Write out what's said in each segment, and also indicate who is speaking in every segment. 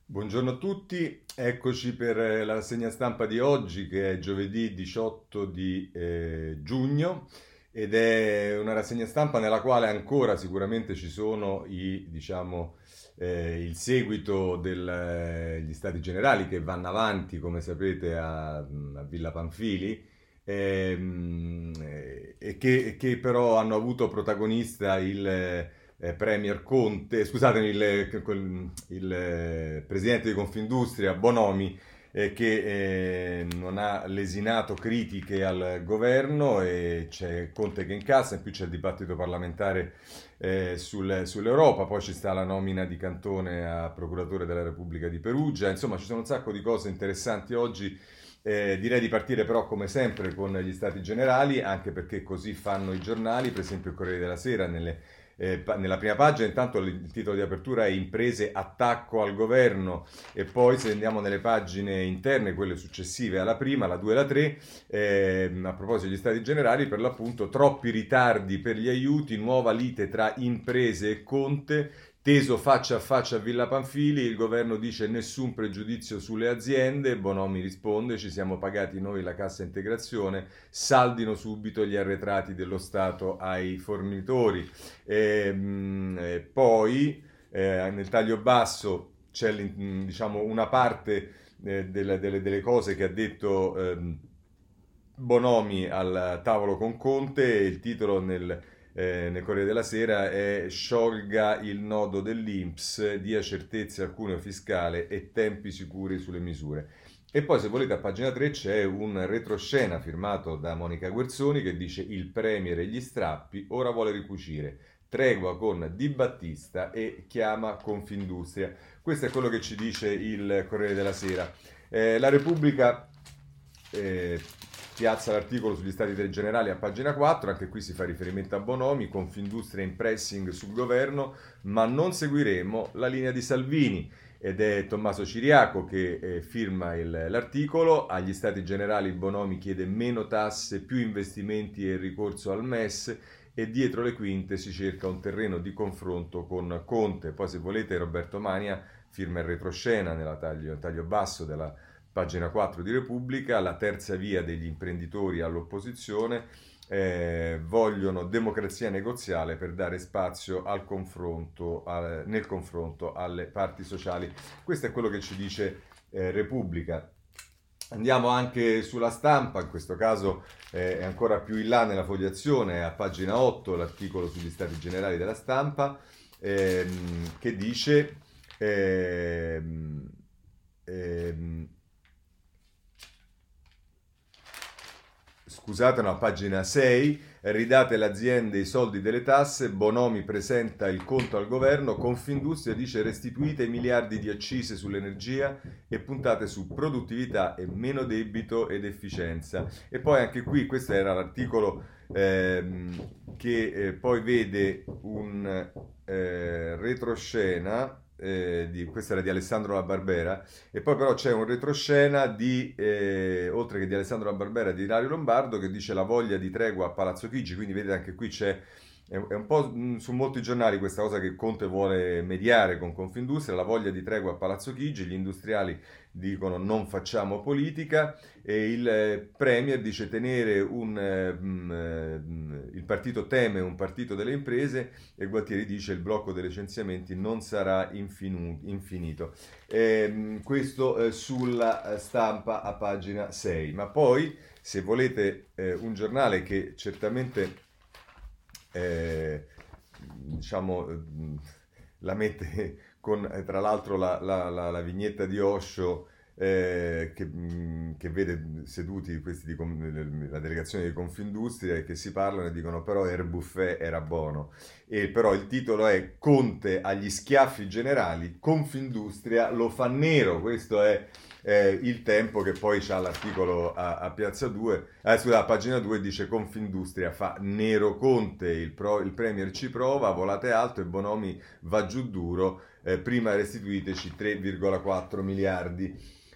Speaker 1: Buongiorno a tutti, eccoci per la rassegna stampa di oggi che è giovedì 18 di giugno ed è una rassegna stampa nella quale ancora sicuramente ci sono il seguito degli Stati Generali che vanno avanti, come sapete, a Villa Pamphili e che però hanno avuto protagonista il Premier Conte, scusatemi, il presidente di Confindustria Bonomi, che non ha lesinato critiche al governo e c'è Conte che incassa, in più c'è il dibattito parlamentare sull'Europa, poi ci sta la nomina di Cantone a procuratore della Repubblica di Perugia, insomma ci sono un sacco di cose interessanti oggi. Direi di partire però come sempre con gli stati generali, anche perché così fanno i giornali, per esempio il Corriere della Sera nella prima pagina, intanto il titolo di apertura è Imprese attacco al governo e poi se andiamo nelle pagine interne, quelle successive alla prima, la 2 e la 3, a proposito degli stati generali, per l'appunto troppi ritardi per gli aiuti, nuova lite tra imprese e Conte, teso faccia a faccia a Villa Pamphili, il governo dice nessun pregiudizio sulle aziende, Bonomi risponde ci siamo pagati noi la cassa integrazione, saldino subito gli arretrati dello Stato ai fornitori. Poi nel taglio basso c'è diciamo, una parte delle cose che ha detto Bonomi al tavolo con Conte, il titolo nel Corriere della Sera è Sciolga il nodo dell'Inps, dia certezze al cuneo fiscale e tempi sicuri sulle misure. E poi se volete a pagina 3 c'è un retroscena firmato da Monica Guerzoni che dice il Premier e gli strappi, ora vuole ricucire, tregua con Di Battista e chiama Confindustria. Questo è quello che ci dice il Corriere della Sera. La Repubblica eh, piazza l'articolo sugli stati generali a pagina 4, anche qui si fa riferimento a Bonomi, Confindustria in pressing sul governo, ma non seguiremo la linea di Salvini. Ed è Tommaso Ciriaco che firma l'articolo, agli stati generali Bonomi chiede meno tasse, più investimenti e ricorso al MES e dietro le quinte si cerca un terreno di confronto con Conte. Poi se volete Roberto Mania firma il retroscena nel taglio basso della pagina 4 di Repubblica, la terza via degli imprenditori all'opposizione, vogliono democrazia negoziale per dare spazio al confronto, nel confronto alle parti sociali. Questo è quello che ci dice Repubblica. Andiamo anche sulla stampa, in questo caso è ancora più in là nella fogliazione, a pagina 8 l'articolo sugli stati generali della stampa, che dice ehm, ehm, scusate, no, a pagina 6, ridate alle aziende i soldi delle tasse, Bonomi presenta il conto al governo, Confindustria dice restituite i miliardi di accise sull'energia e puntate su produttività e meno debito ed efficienza. E poi anche qui, questo era l'articolo che poi vede un retroscena, questa era di Alessandro La Barbera, e poi però c'è un retroscena oltre che di Alessandro La Barbera, di Ilario Lombardo che dice la voglia di tregua a Palazzo Chigi, quindi vedete anche qui è un po' su molti giornali questa cosa che Conte vuole mediare con Confindustria, la voglia di tregua a Palazzo Chigi, gli industriali dicono non facciamo politica e il Premier dice il partito teme un partito delle imprese e Gualtieri dice il blocco dei licenziamenti non sarà infinito. Questo sulla stampa a pagina 6. Ma poi, se volete, un giornale che certamente eh, diciamo, la mette con tra l'altro la vignetta di Osho che vede seduti la delegazione di Confindustria e che si parlano e dicono però Air Buffet era buono e però il titolo è Conte agli schiaffi generali, Confindustria lo fa nero, questo è il Tempo che poi c'ha l'articolo a Piazza 2, scusa, a pagina 2 dice Confindustria fa nero Conte, il Premier ci prova, volate alto e Bonomi va giù duro, prima restituiteci 3,4 miliardi.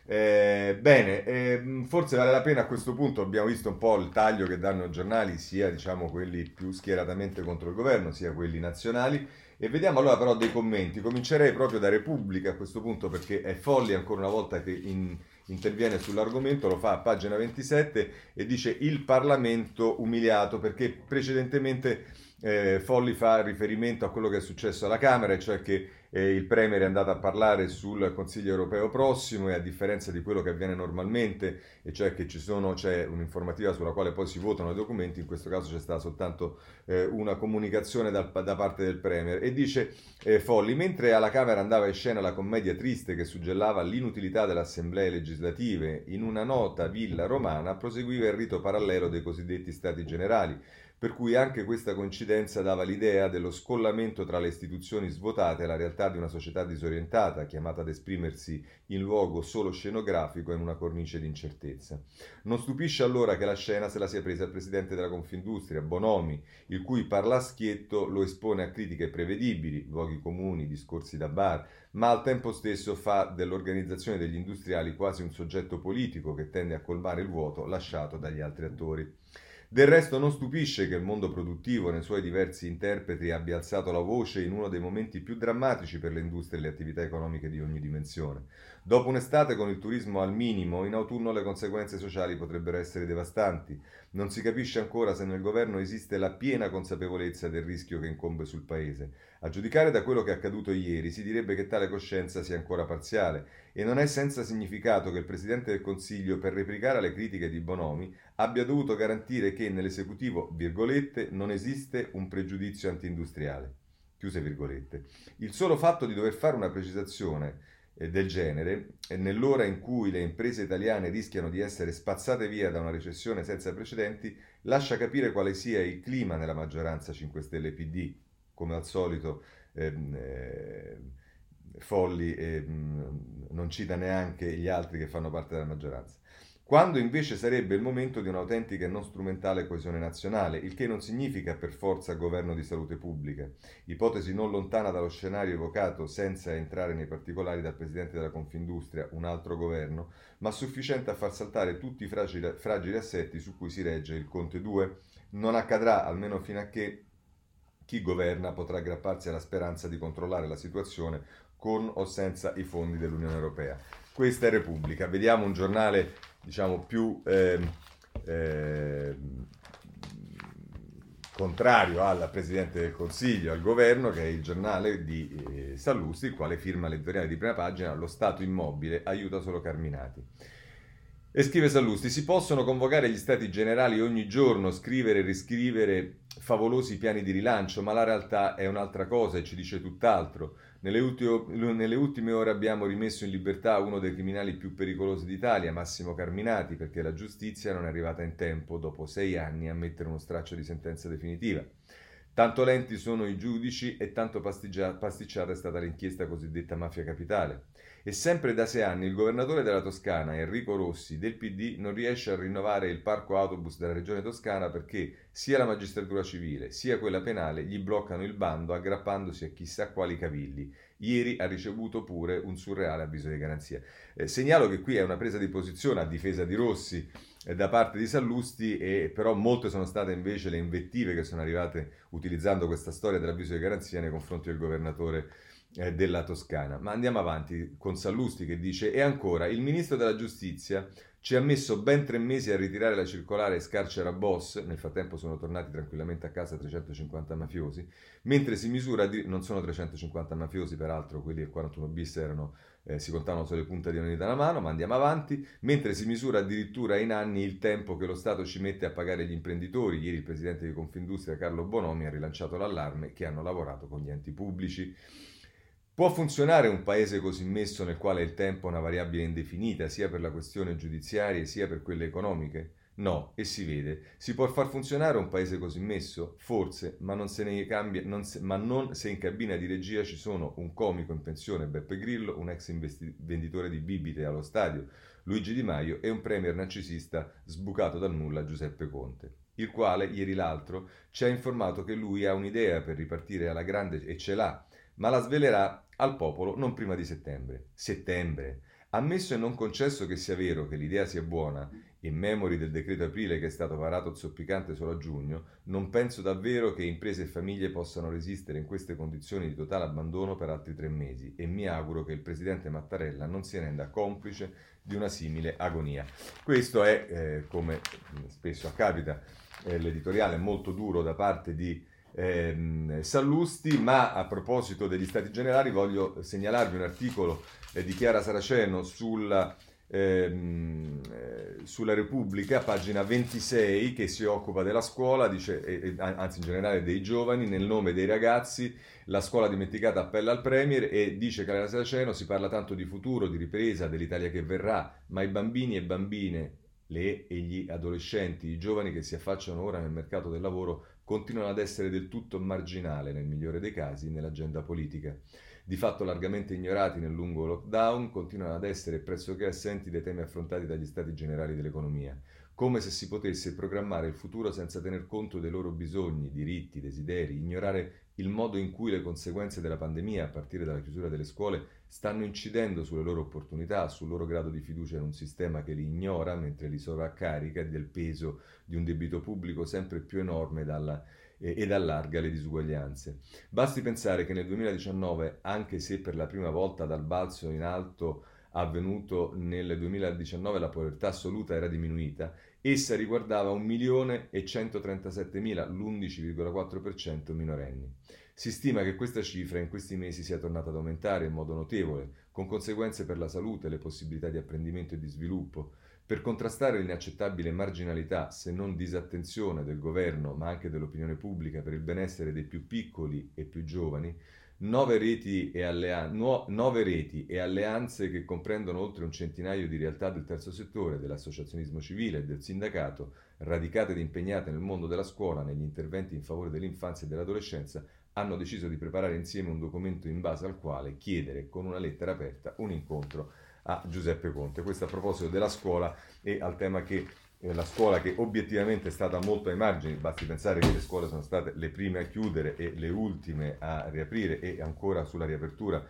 Speaker 1: Bene, forse vale la pena a questo punto, abbiamo visto un po' il taglio che danno i giornali, sia diciamo quelli più schieratamente contro il governo, sia quelli nazionali, e vediamo allora però dei commenti. Comincerei proprio da Repubblica a questo punto perché è Folli ancora una volta che interviene sull'argomento, lo fa a pagina 27 e dice il Parlamento umiliato perché precedentemente Folli fa riferimento a quello che è successo alla Camera, e cioè che il Premier è andato a parlare sul Consiglio europeo prossimo e a differenza di quello che avviene normalmente, e cioè che c'è un'informativa sulla quale poi si votano i documenti, in questo caso c'è stata soltanto una comunicazione da parte del Premier. E dice Folli, mentre alla Camera andava in scena la commedia triste che suggellava l'inutilità delle assemblee legislative, in una nota villa romana proseguiva il rito parallelo dei cosiddetti Stati Generali, per cui anche questa coincidenza dava l'idea dello scollamento tra le istituzioni svuotate e la realtà di una società disorientata, chiamata ad esprimersi in luogo solo scenografico e in una cornice di incertezza. Non stupisce allora che la scena se la sia presa il presidente della Confindustria, Bonomi, il cui parlaschietto lo espone a critiche prevedibili, luoghi comuni, discorsi da bar, ma al tempo stesso fa dell'organizzazione degli industriali quasi un soggetto politico che tende a colmare il vuoto lasciato dagli altri attori. Del resto non stupisce che il mondo produttivo nei suoi diversi interpreti abbia alzato la voce in uno dei momenti più drammatici per le industrie e le attività economiche di ogni dimensione. Dopo un'estate con il turismo al minimo, in autunno le conseguenze sociali potrebbero essere devastanti. Non si capisce ancora se nel governo esiste la piena consapevolezza del rischio che incombe sul Paese. A giudicare da quello che è accaduto ieri, si direbbe che tale coscienza sia ancora parziale, e non è senza significato che il Presidente del Consiglio, per replicare alle critiche di Bonomi, abbia dovuto garantire che nell'esecutivo, virgolette, non esiste un pregiudizio anti-industriale. Chiuse virgolette. Il solo fatto di dover fare una precisazione del genere, nell'ora in cui le imprese italiane rischiano di essere spazzate via da una recessione senza precedenti, lascia capire quale sia il clima nella maggioranza 5 Stelle PD, come al solito. ehm, eh, Folli non cita neanche gli altri che fanno parte della maggioranza. Quando invece sarebbe il momento di un'autentica e non strumentale coesione nazionale, il che non significa per forza governo di salute pubblica, ipotesi non lontana dallo scenario evocato senza entrare nei particolari dal Presidente della Confindustria, un altro governo, ma sufficiente a far saltare tutti i fragili assetti su cui si regge il Conte 2. Non accadrà, almeno fino a che chi governa potrà aggrapparsi alla speranza di controllare la situazione con o senza i fondi dell'Unione Europea. Questa è Repubblica. Vediamo un giornale, diciamo, più eh, contrario al Presidente del Consiglio, al governo, che è il giornale di Sallusti, il quale firma l'editoriale di prima pagina: lo Stato immobile aiuta solo Carminati. E scrive Sallusti, si possono convocare gli stati generali ogni giorno, scrivere e riscrivere favolosi piani di rilancio, ma la realtà è un'altra cosa e ci dice tutt'altro. Nelle ultime ore abbiamo rimesso in libertà uno dei criminali più pericolosi d'Italia, Massimo Carminati, perché la giustizia non è arrivata in tempo, dopo 6 anni, a mettere uno straccio di sentenza definitiva. Tanto lenti sono i giudici e tanto pasticciata è stata l'inchiesta cosiddetta Mafia Capitale. E sempre da 6 anni il governatore della Toscana, Enrico Rossi, del PD, non riesce a rinnovare il parco autobus della regione toscana perché sia la magistratura civile sia quella penale gli bloccano il bando aggrappandosi a chissà quali cavilli. Ieri ha ricevuto pure un surreale avviso di garanzia. Segnalo che qui è una presa di posizione a difesa di Rossi da parte di Sallusti, e però molte sono state invece le invettive che sono arrivate utilizzando questa storia dell'avviso di garanzia nei confronti del governatore della Toscana. Ma andiamo avanti con Sallusti che dice: e ancora, il ministro della giustizia ci ha messo ben 3 mesi a ritirare la circolare scarcera boss, nel frattempo sono tornati tranquillamente a casa 350 mafiosi, mentre si misura, non sono 350 mafiosi peraltro, quelli del 41 bis erano, si contavano sulle punte di una dita alla mano, ma andiamo avanti, mentre si misura addirittura in anni il tempo che lo Stato ci mette a pagare gli imprenditori. Ieri il presidente di Confindustria Carlo Bonomi ha rilanciato l'allarme che hanno lavorato con gli enti pubblici. Può funzionare un paese così messo nel quale il tempo è una variabile indefinita, sia per la questione giudiziaria sia per quelle economiche? No, e si vede. Si può far funzionare un paese così messo? Forse, ma non se ne cambia, ma non se in cabina di regia ci sono un comico in pensione, Beppe Grillo, un ex venditore di bibite allo stadio, Luigi Di Maio, e un premier narcisista sbucato dal nulla, Giuseppe Conte, il quale, ieri l'altro, ci ha informato che lui ha un'idea per ripartire alla grande, e ce l'ha, ma la svelerà al popolo non prima di settembre. Settembre? Ammesso e non concesso che sia vero che l'idea sia buona, e memori del decreto aprile che è stato varato zoppicante solo a giugno, non penso davvero che imprese e famiglie possano resistere in queste condizioni di totale abbandono per altri 3 mesi e mi auguro che il presidente Mattarella non si renda complice di una simile agonia. Questo è, come spesso accapita, l'editoriale molto duro da parte di Sallusti, ma a proposito degli Stati Generali voglio segnalarvi un articolo di Chiara Saraceno sulla Repubblica, pagina 26, che si occupa della scuola, dice, anzi in generale dei giovani, nel nome dei ragazzi, la scuola dimenticata appella al Premier e dice Chiara Saraceno, si parla tanto di futuro, di ripresa, dell'Italia che verrà, ma i bambini e bambine, le e gli adolescenti, i giovani che si affacciano ora nel mercato del lavoro continuano ad essere del tutto marginale, nel migliore dei casi, nell'agenda politica. Di fatto largamente ignorati nel lungo lockdown, continuano ad essere pressoché assenti dai temi affrontati dagli stati generali dell'economia, come se si potesse programmare il futuro senza tener conto dei loro bisogni, diritti, desideri, ignorare il modo in cui le conseguenze della pandemia, a partire dalla chiusura delle scuole, stanno incidendo sulle loro opportunità, sul loro grado di fiducia in un sistema che li ignora mentre li sovraccarica del peso di un debito pubblico sempre più enorme ed allarga le disuguaglianze. Basti pensare che nel 2019, anche se per la prima volta dal balzo in alto avvenuto nel 2019 la povertà assoluta era diminuita, essa riguardava 1.137.000, l'11,4% minorenni. Si stima che questa cifra in questi mesi sia tornata ad aumentare in modo notevole, con conseguenze per la salute, le possibilità di apprendimento e di sviluppo. Per contrastare l'inaccettabile marginalità, se non disattenzione del governo, ma anche dell'opinione pubblica per il benessere dei più piccoli e più giovani, 9 reti e alleanze che comprendono oltre un centinaio di realtà del terzo settore, dell'associazionismo civile e del sindacato, radicate ed impegnate nel mondo della scuola, negli interventi in favore dell'infanzia e dell'adolescenza, hanno deciso di preparare insieme un documento in base al quale chiedere con una lettera aperta un incontro a Giuseppe Conte. Questo a proposito della scuola e al tema che la scuola che obiettivamente è stata molto ai margini, basti pensare che le scuole sono state le prime a chiudere e le ultime a riaprire e ancora sulla riapertura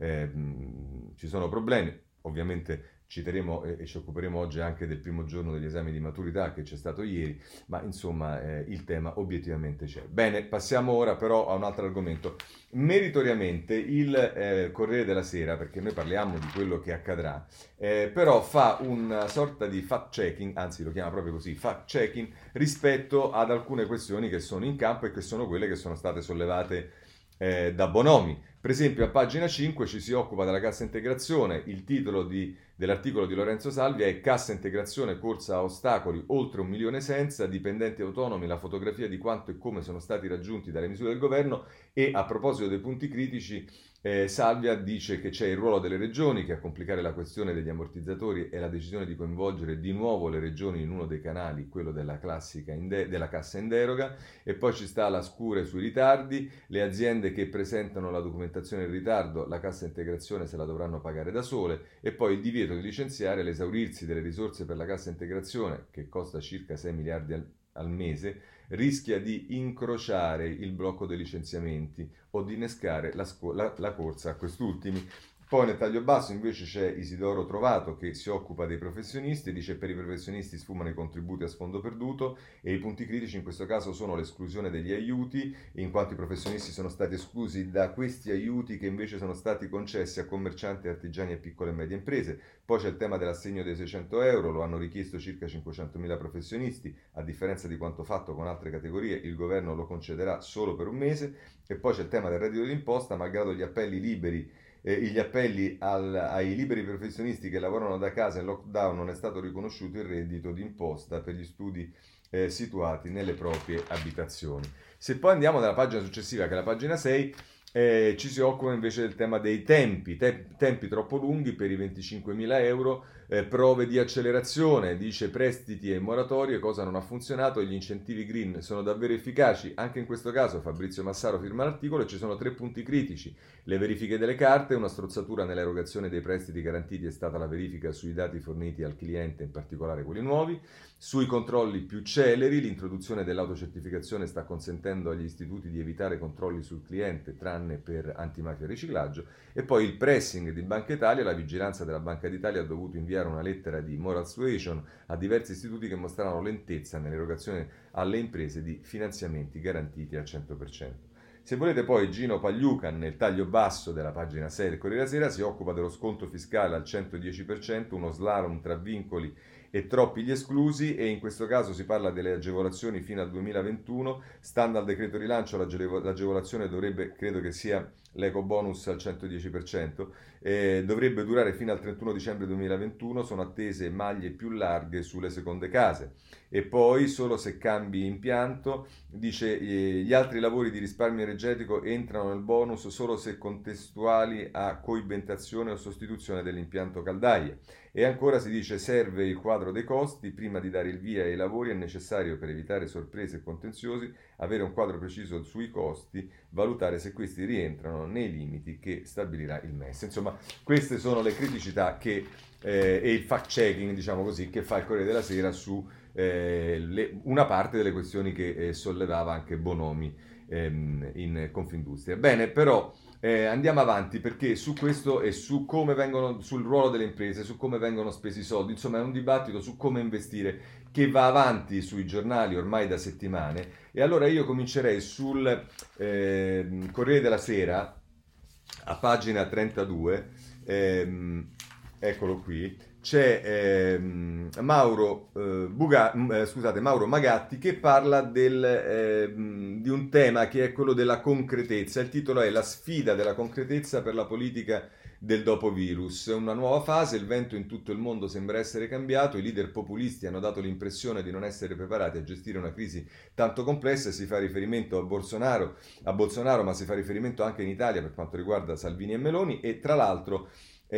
Speaker 1: ci sono problemi, ovviamente citeremo e ci occuperemo oggi anche del primo giorno degli esami di maturità che c'è stato ieri, ma insomma il tema obiettivamente c'è. Bene, passiamo ora però a un altro argomento. Meritoriamente il Corriere della Sera, perché noi parliamo di quello che accadrà, però fa una sorta di fact-checking, anzi lo chiama proprio così, fact-checking, rispetto ad alcune questioni che sono in campo e che sono quelle che sono state sollevate da Bonomi. Per esempio a pagina 5 ci si occupa della cassa integrazione, il titolo dell'articolo di Lorenzo Salvia è Cassa integrazione, corsa a ostacoli, oltre 1 milione senza, dipendenti autonomi, la fotografia di quanto e come sono stati raggiunti dalle misure del governo e a proposito dei punti critici Salvia dice che c'è il ruolo delle regioni che a complicare la questione degli ammortizzatori è la decisione di coinvolgere di nuovo le regioni in uno dei canali, quello della della cassa in deroga, e poi ci sta la scure sui ritardi, le aziende che presentano la documentazione in ritardo, la cassa integrazione se la dovranno pagare da sole, e poi il divieto di licenziare, l'esaurirsi delle risorse per la cassa integrazione, che costa circa 6 miliardi al mese, rischia di incrociare il blocco dei licenziamenti o di innescare la corsa a quest'ultimi. Poi nel taglio basso invece c'è Isidoro Trovato che si occupa dei professionisti, dice per i professionisti sfumano i contributi a sfondo perduto e i punti critici in questo caso sono l'esclusione degli aiuti, in quanto i professionisti sono stati esclusi da questi aiuti che invece sono stati concessi a commercianti, artigiani e piccole e medie imprese. Poi c'è il tema dell'assegno dei 600 euro, lo hanno richiesto circa 500.000 professionisti, a differenza di quanto fatto con altre categorie il governo lo concederà solo per un mese. E poi c'è il tema del reddito d'imposta, malgrado gli appelli ai liberi professionisti che lavorano da casa in lockdown non è stato riconosciuto il reddito d'imposta per gli studi situati nelle proprie abitazioni. Se poi andiamo dalla pagina successiva, che è la pagina 6, ci si occupa invece del tema dei tempi troppo lunghi per i 25.000 euro, prove di accelerazione, dice prestiti e moratorie, cosa non ha funzionato, gli incentivi green sono davvero efficaci, anche in questo caso Fabrizio Massaro firma l'articolo e ci sono 3 punti critici, le verifiche delle carte, una strozzatura nell'erogazione dei prestiti garantiti è stata la verifica sui dati forniti al cliente, in particolare quelli nuovi, sui controlli più celeri, l'introduzione dell'autocertificazione sta consentendo agli istituti di evitare controlli sul cliente, tranne condanne per antimafia e riciclaggio, e poi il pressing di Banca Italia. La vigilanza della Banca d'Italia ha dovuto inviare una lettera di moral suasion a diversi istituti che mostravano lentezza nell'erogazione alle imprese di finanziamenti garantiti al 100%. Se volete poi Gino Pagliuca nel taglio basso della pagina 6 del Corriere della Sera si occupa dello sconto fiscale al 110%, uno slalom tra vincoli e troppi gli esclusi, e in questo caso si parla delle agevolazioni fino al 2021. Stando al decreto rilancio l'agevolazione dovrebbe, credo che sia l'eco bonus al 110%, dovrebbe durare fino al 31 dicembre 2021, sono attese maglie più larghe sulle seconde case. E poi solo se cambi impianto, dice, gli altri lavori di risparmio energetico entrano nel bonus solo se contestuali a coibentazione o sostituzione dell'impianto caldaia. E ancora si dice serve il quadro dei costi, prima di dare il via ai lavori è necessario, per evitare sorprese e contenziosi, avere un quadro preciso sui costi, valutare se questi rientrano nei limiti che stabilirà il MES. Insomma, queste sono le criticità e il fact checking, diciamo così, che fa il Corriere della Sera su una parte delle questioni che sollevava anche Bonomi in Confindustria. Bene, però andiamo avanti, perché su questo e su come vengono, sul ruolo delle imprese, su come vengono spesi i soldi, insomma è un dibattito su come investire che va avanti sui giornali ormai da settimane. E allora io comincerei sul Corriere della Sera, a pagina 32, eccolo qui, c'è Mauro Magatti che parla di un tema che è quello della concretezza. Il titolo è La sfida della concretezza per la politica del dopo virus. Una nuova fase, il vento in tutto il mondo sembra essere cambiato, i leader populisti hanno dato l'impressione di non essere preparati a gestire una crisi tanto complessa, e si fa riferimento a Bolsonaro, ma si fa riferimento anche in Italia per quanto riguarda Salvini e Meloni, e tra l'altro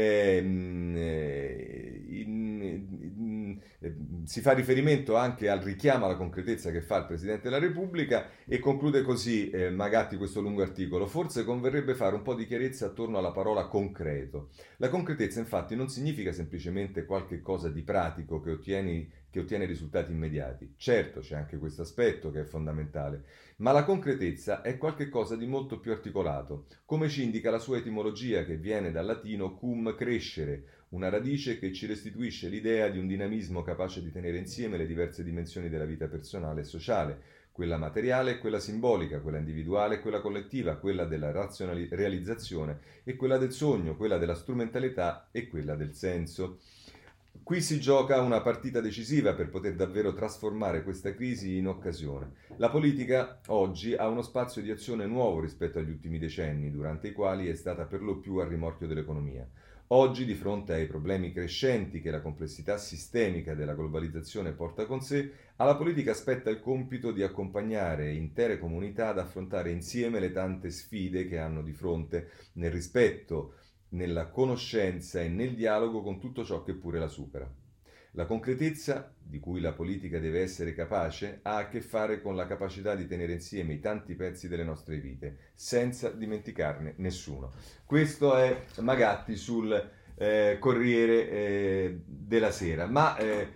Speaker 1: si fa riferimento anche al richiamo alla concretezza che fa il Presidente della Repubblica, e conclude così Magatti questo lungo articolo: forse converrebbe fare un po' di chiarezza attorno alla parola concreto. La concretezza infatti non significa semplicemente qualche cosa di pratico che ottiene risultati immediati. Certo, c'è anche questo aspetto che è fondamentale, ma la concretezza è qualcosa di molto più articolato, come ci indica la sua etimologia, che viene dal latino cum crescere, una radice che ci restituisce l'idea di un dinamismo capace di tenere insieme le diverse dimensioni della vita personale e sociale, quella materiale e quella simbolica, quella individuale e quella collettiva, quella della realizzazione e quella del sogno, quella della strumentalità e quella del senso. Qui si gioca una partita decisiva per poter davvero trasformare questa crisi in occasione. La politica oggi ha uno spazio di azione nuovo rispetto agli ultimi decenni, durante i quali è stata per lo più a rimorchio dell'economia. Oggi, di fronte ai problemi crescenti che la complessità sistemica della globalizzazione porta con sé, alla politica spetta il compito di accompagnare intere comunità ad affrontare insieme le tante sfide che hanno di fronte, nel rispetto, nella conoscenza e nel dialogo con tutto ciò che pure la supera. La concretezza, di cui la politica deve essere capace, ha a che fare con la capacità di tenere insieme i tanti pezzi delle nostre vite, senza dimenticarne nessuno. Questo è Magatti sul Corriere della Sera, ma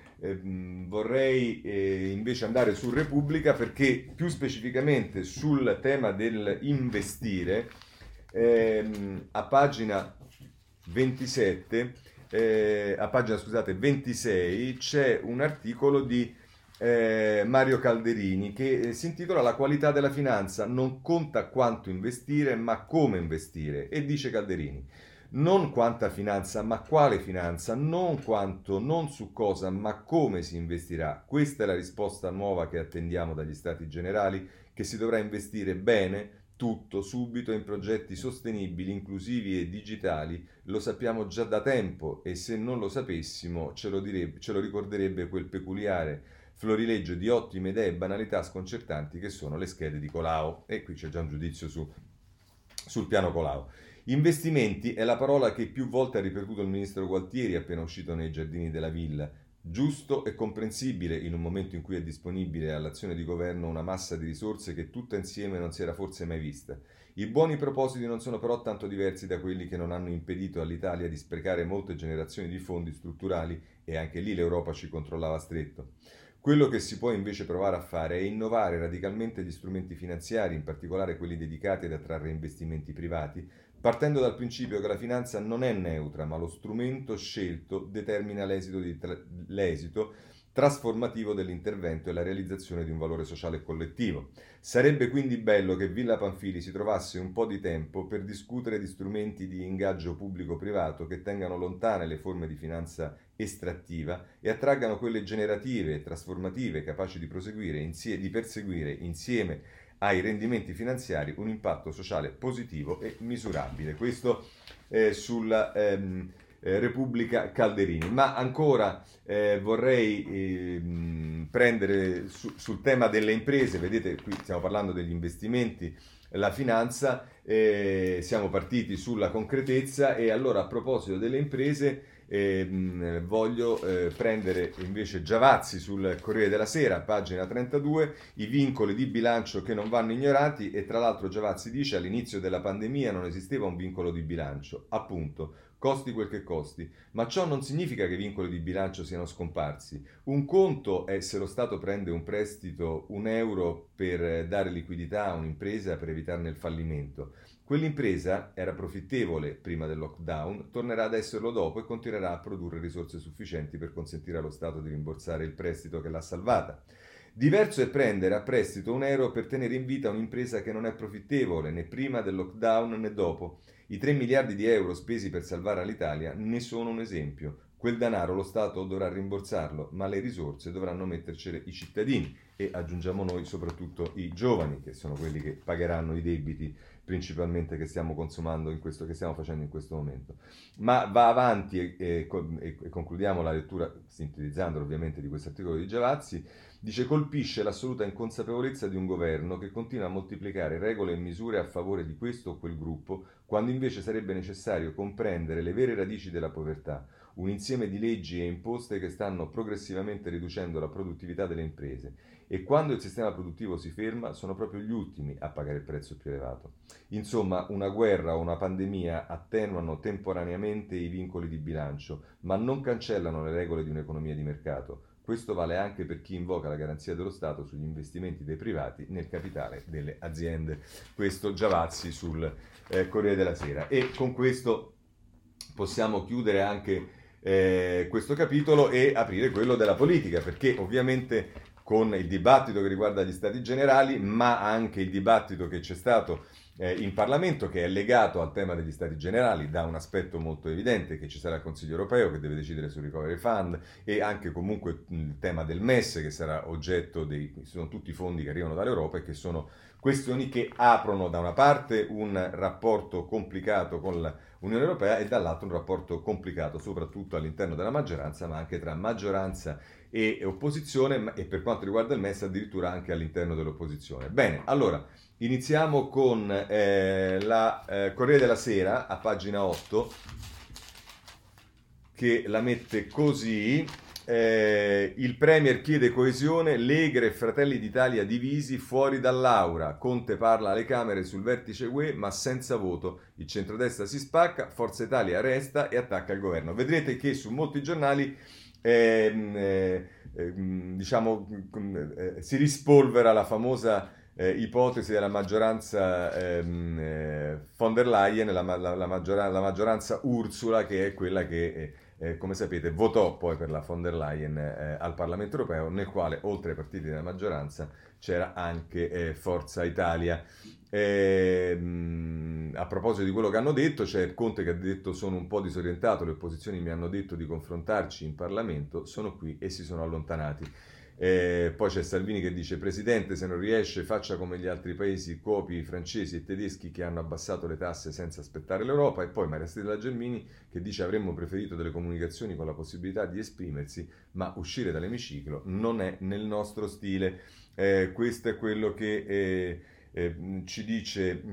Speaker 1: vorrei invece andare su Repubblica, perché più specificamente sul tema dell'investire, a pagina 27, a pagina 26 c'è un articolo di Mario Calderini che si intitola La qualità della finanza, non conta quanto investire ma come investire, e dice Calderini: non quanta finanza ma quale finanza, non quanto, non su cosa ma come si investirà. Questa è la risposta nuova che attendiamo dagli Stati Generali, che si dovrà investire bene, tutto, subito, in progetti sostenibili, inclusivi e digitali. Lo sappiamo già da tempo, e se non lo sapessimo ce lo ricorderebbe quel peculiare florileggio di ottime idee e banalità sconcertanti che sono le schede di Colau. E qui c'è già un giudizio sul piano Colau. Investimenti è la parola che più volte ha ripetuto il ministro Gualtieri appena uscito nei giardini della villa. Giusto e comprensibile in un momento in cui è disponibile all'azione di governo una massa di risorse che tutta insieme non si era forse mai vista. I buoni propositi non sono però tanto diversi da quelli che non hanno impedito all'Italia di sprecare molte generazioni di fondi strutturali, e anche lì l'Europa ci controllava stretto. Quello che si può invece provare a fare è innovare radicalmente gli strumenti finanziari, in particolare quelli dedicati ad attrarre investimenti privati, partendo dal principio che la finanza non è neutra, ma lo strumento scelto determina l'esito trasformativo dell'intervento e la realizzazione di un valore sociale e collettivo. Sarebbe quindi bello che Villa Pamphili si trovasse un po' di tempo per discutere di strumenti di ingaggio pubblico-privato che tengano lontane le forme di finanza estrattiva e attraggano quelle generative e trasformative capaci di di perseguire insieme ai rendimenti finanziari un impatto sociale positivo e misurabile. Questo sulla Repubblica Calderini. Ma ancora vorrei prendere sul tema delle imprese. Vedete, qui stiamo parlando degli investimenti, la finanza, siamo partiti sulla concretezza e allora a proposito delle imprese voglio prendere invece Giavazzi sul Corriere della Sera, pagina 32, i vincoli di bilancio che non vanno ignorati. E tra l'altro Giavazzi dice: all'inizio della pandemia non esisteva un vincolo di bilancio, appunto, costi quel che costi, ma ciò non significa che i vincoli di bilancio siano scomparsi. Un conto è se lo Stato prende un prestito, €1 per dare liquidità a un'impresa per evitarne il fallimento. Quell'impresa era profittevole prima del lockdown, tornerà ad esserlo dopo e continuerà a produrre risorse sufficienti per consentire allo Stato di rimborsare il prestito che l'ha salvata. Diverso è prendere a prestito €1 per tenere in vita un'impresa che non è profittevole né prima del lockdown né dopo. I 3 miliardi di euro spesi per salvare l'Italia ne sono un esempio. Quel denaro lo Stato dovrà rimborsarlo, ma le risorse dovranno mettercele i cittadini e, aggiungiamo noi, soprattutto i giovani, che sono quelli che pagheranno i debiti principalmente che stiamo consumando che stiamo facendo in questo momento. Ma va avanti e concludiamo la lettura, sintetizzando ovviamente di questo articolo di Giavazzi. Dice: colpisce l'assoluta inconsapevolezza di un governo che continua a moltiplicare regole e misure a favore di questo o quel gruppo, quando invece sarebbe necessario comprendere le vere radici della povertà, un insieme di leggi e imposte che stanno progressivamente riducendo la produttività delle imprese. E quando il sistema produttivo si ferma, sono proprio gli ultimi a pagare il prezzo più elevato. Insomma, una guerra o una pandemia attenuano temporaneamente i vincoli di bilancio, ma non cancellano le regole di un'economia di mercato. Questo vale anche per chi invoca la garanzia dello Stato sugli investimenti dei privati nel capitale delle aziende. Questo Giavazzi sul Corriere della Sera. E con questo possiamo chiudere anche questo capitolo e aprire quello della politica, perché ovviamente con il dibattito che riguarda gli Stati Generali, ma anche il dibattito che c'è stato in Parlamento, che è legato al tema degli Stati Generali, da un aspetto molto evidente, che ci sarà il Consiglio Europeo che deve decidere sul Recovery Fund, e anche comunque il tema del MES, che sarà oggetto sono tutti fondi che arrivano dall'Europa e che sono questioni che aprono da una parte un rapporto complicato con l'Unione Europea e dall'altro un rapporto complicato soprattutto all'interno della maggioranza, ma anche tra maggioranza e opposizione, e per quanto riguarda il MES addirittura anche all'interno dell'opposizione. Bene, allora iniziamo con la Corriere della Sera a pagina 8, che la mette così: il Premier chiede coesione, Lega e Fratelli d'Italia divisi fuori dall'aura, Conte parla alle Camere sul vertice UE ma senza voto, il centrodestra si spacca, Forza Italia resta e attacca il governo. Vedrete che su molti giornali si rispolvera la famosa ipotesi della maggioranza von der Leyen, la maggioranza Ursula, che è quella che come sapete votò poi per la von der Leyen al Parlamento Europeo, nel quale oltre ai partiti della maggioranza c'era anche Forza Italia. A proposito di quello che hanno detto, c'è Conte che ha detto: sono un po' disorientato, le opposizioni mi hanno detto di confrontarci in Parlamento, sono qui, e si sono allontanati. Poi c'è Salvini che dice: Presidente, se non riesce faccia come gli altri paesi, copi i francesi e tedeschi che hanno abbassato le tasse senza aspettare l'Europa. E poi Maria Stella Gelmini che dice: avremmo preferito delle comunicazioni con la possibilità di esprimersi, ma uscire dall'emiciclo non è nel nostro stile. Questo è quello che ci dice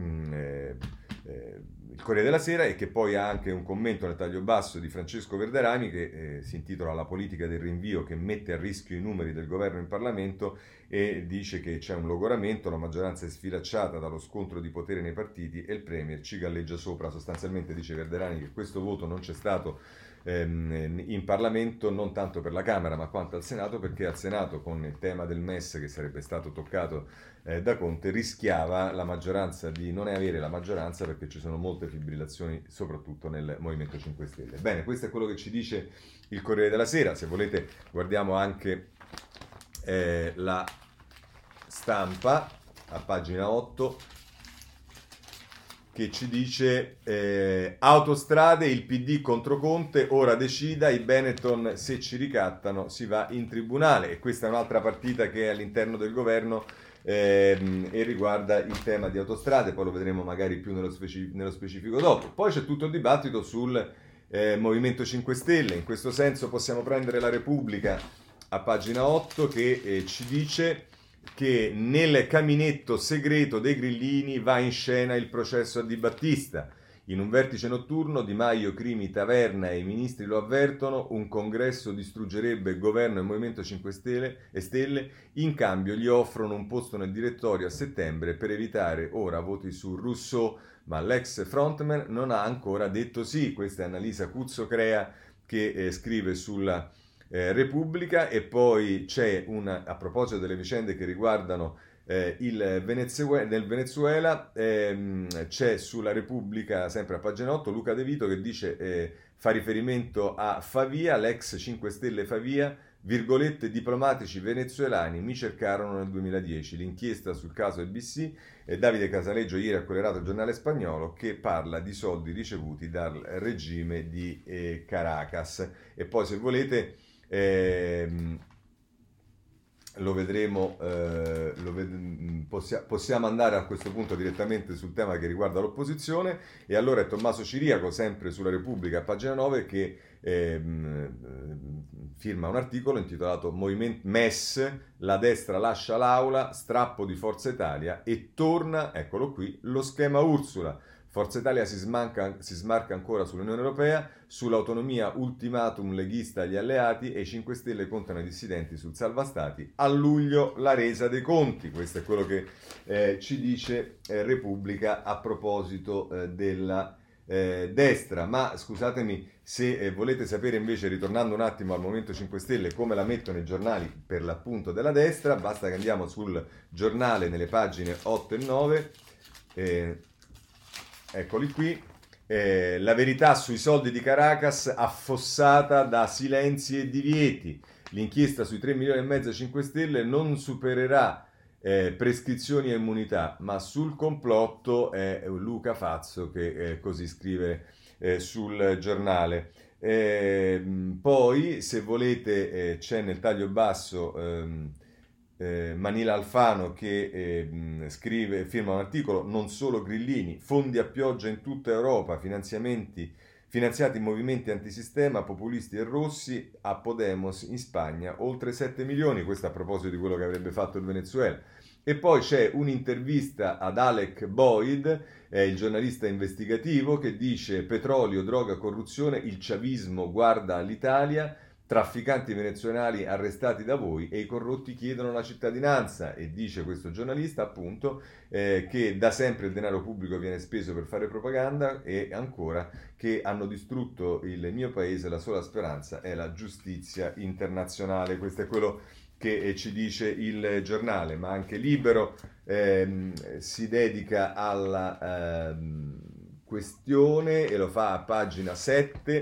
Speaker 1: il Corriere della Sera, e che poi ha anche un commento nel taglio basso di Francesco Verderami che si intitola La politica del rinvio che mette a rischio i numeri del governo in Parlamento, e dice che c'è un logoramento, la maggioranza è sfilacciata dallo scontro di potere nei partiti e il Premier ci galleggia sopra. Sostanzialmente dice Verderami che questo voto non c'è stato in Parlamento, non tanto per la Camera ma quanto al Senato, perché al Senato con il tema del MES che sarebbe stato toccato da Conte rischiava la maggioranza di non avere la maggioranza perché ci sono molte fibrillazioni soprattutto nel Movimento 5 Stelle. Bene, questo è quello che ci dice il Corriere della Sera. Se volete guardiamo anche la Stampa a pagina 8 che ci dice autostrade, il PD contro Conte, ora decida, i Benetton se ci ricattano si va in tribunale, e questa è un'altra partita che è all'interno del governo e riguarda il tema di autostrade, poi lo vedremo magari più nello specifico dopo. Poi c'è tutto il dibattito sul Movimento 5 Stelle, in questo senso possiamo prendere la Repubblica a pagina 8 che ci dice che nel caminetto segreto dei grillini va in scena il processo a Di Battista. In un vertice notturno Di Maio, Crimi, Taverna e i ministri lo avvertono, un congresso distruggerebbe governo e Movimento 5 Stelle, in cambio gli offrono un posto nel direttorio a settembre per evitare ora voti su Rousseau, ma l'ex frontman non ha ancora detto sì. Questa è Annalisa Cuzzo-Crea che scrive sulla Repubblica. E poi c'è a proposito delle vicende che riguardano del Venezuela, c'è sulla Repubblica, sempre a pagina 8, Luca De Vito che dice, fa riferimento a Favia, l'ex 5 Stelle Favia, virgolette, diplomatici venezuelani mi cercarono nel 2010, l'inchiesta sul caso ABC, Davide Casaleggio ieri ha colerato il giornale spagnolo che parla di soldi ricevuti dal regime di Caracas. E poi se volete lo vedremo, possiamo andare a questo punto direttamente sul tema che riguarda l'opposizione, e allora è Tommaso Ciriaco, sempre sulla Repubblica, a pagina 9, che firma un articolo intitolato Movimento MES, la destra lascia l'aula, strappo di Forza Italia e torna, eccolo qui, lo schema Ursula. Forza Italia si smarca ancora sull'Unione Europea, sull'autonomia ultimatum leghista agli alleati e i 5 Stelle contano i dissidenti sul salva stati. A luglio la resa dei conti. Questo è quello che ci dice Repubblica a proposito della destra. Ma scusatemi se volete sapere invece, ritornando un attimo al Movimento 5 Stelle, come la mettono i giornali per l'appunto della destra, basta che andiamo sul giornale nelle pagine 8 e 9. Eccoli qui, la verità sui soldi di Caracas affossata da silenzi e divieti. L'inchiesta sui 3 milioni e mezzo 5 Stelle non supererà prescrizioni e immunità, ma sul complotto è Luca Fazzo che così scrive sul giornale. Poi, se volete, c'è nel taglio basso Manila Alfano che firma un articolo, non solo grillini, fondi a pioggia in tutta Europa, finanziati movimenti antisistema, populisti e rossi, a Podemos in Spagna oltre 7 milioni, questo a proposito di quello che avrebbe fatto il Venezuela. E poi c'è un'intervista ad Alec Boyd, il giornalista investigativo, che dice petrolio, droga, corruzione, il chavismo guarda all'Italia, trafficanti venezuelani arrestati da voi e i corrotti chiedono la cittadinanza. E dice questo giornalista appunto che da sempre il denaro pubblico viene speso per fare propaganda, e ancora che hanno distrutto il mio paese, la sola speranza è la giustizia internazionale. Questo è quello che ci dice il giornale. Ma anche Libero si dedica alla questione e lo fa a pagina 7.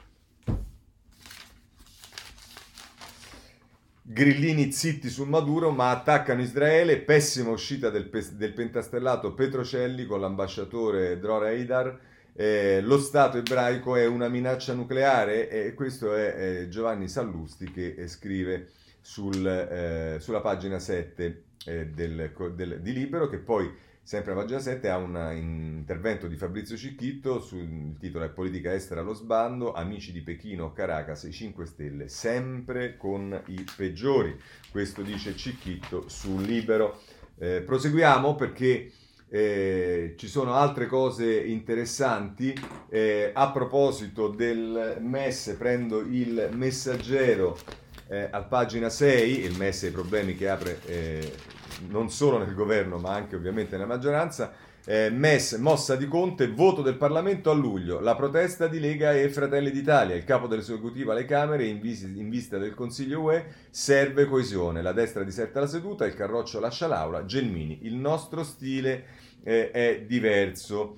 Speaker 1: Grillini zitti su Maduro ma attaccano Israele, pessima uscita del pentastellato Petrocelli con l'ambasciatore Dror Eidar, lo Stato ebraico è una minaccia nucleare, e questo è Giovanni Sallusti che scrive sulla pagina 7 di Libero, che poi sempre a pagina 7 ha un intervento di Fabrizio Cicchitto, il titolo è Politica estera allo sbando, amici di Pechino, Caracas, i 5 Stelle, sempre con i peggiori. Questo dice Cicchitto su Libero. Proseguiamo perché ci sono altre cose interessanti. A proposito del MES, prendo il Messaggero a pagina 6, il MES e i problemi che apre non solo nel governo ma anche ovviamente nella maggioranza. MES, mossa di Conte, voto del Parlamento a luglio, la protesta di Lega e Fratelli d'Italia, il capo dell'esecutivo alle Camere in vista del Consiglio UE, serve coesione, la destra diserta la seduta, il Carroccio lascia l'aula, Gelmini, il nostro stile è diverso.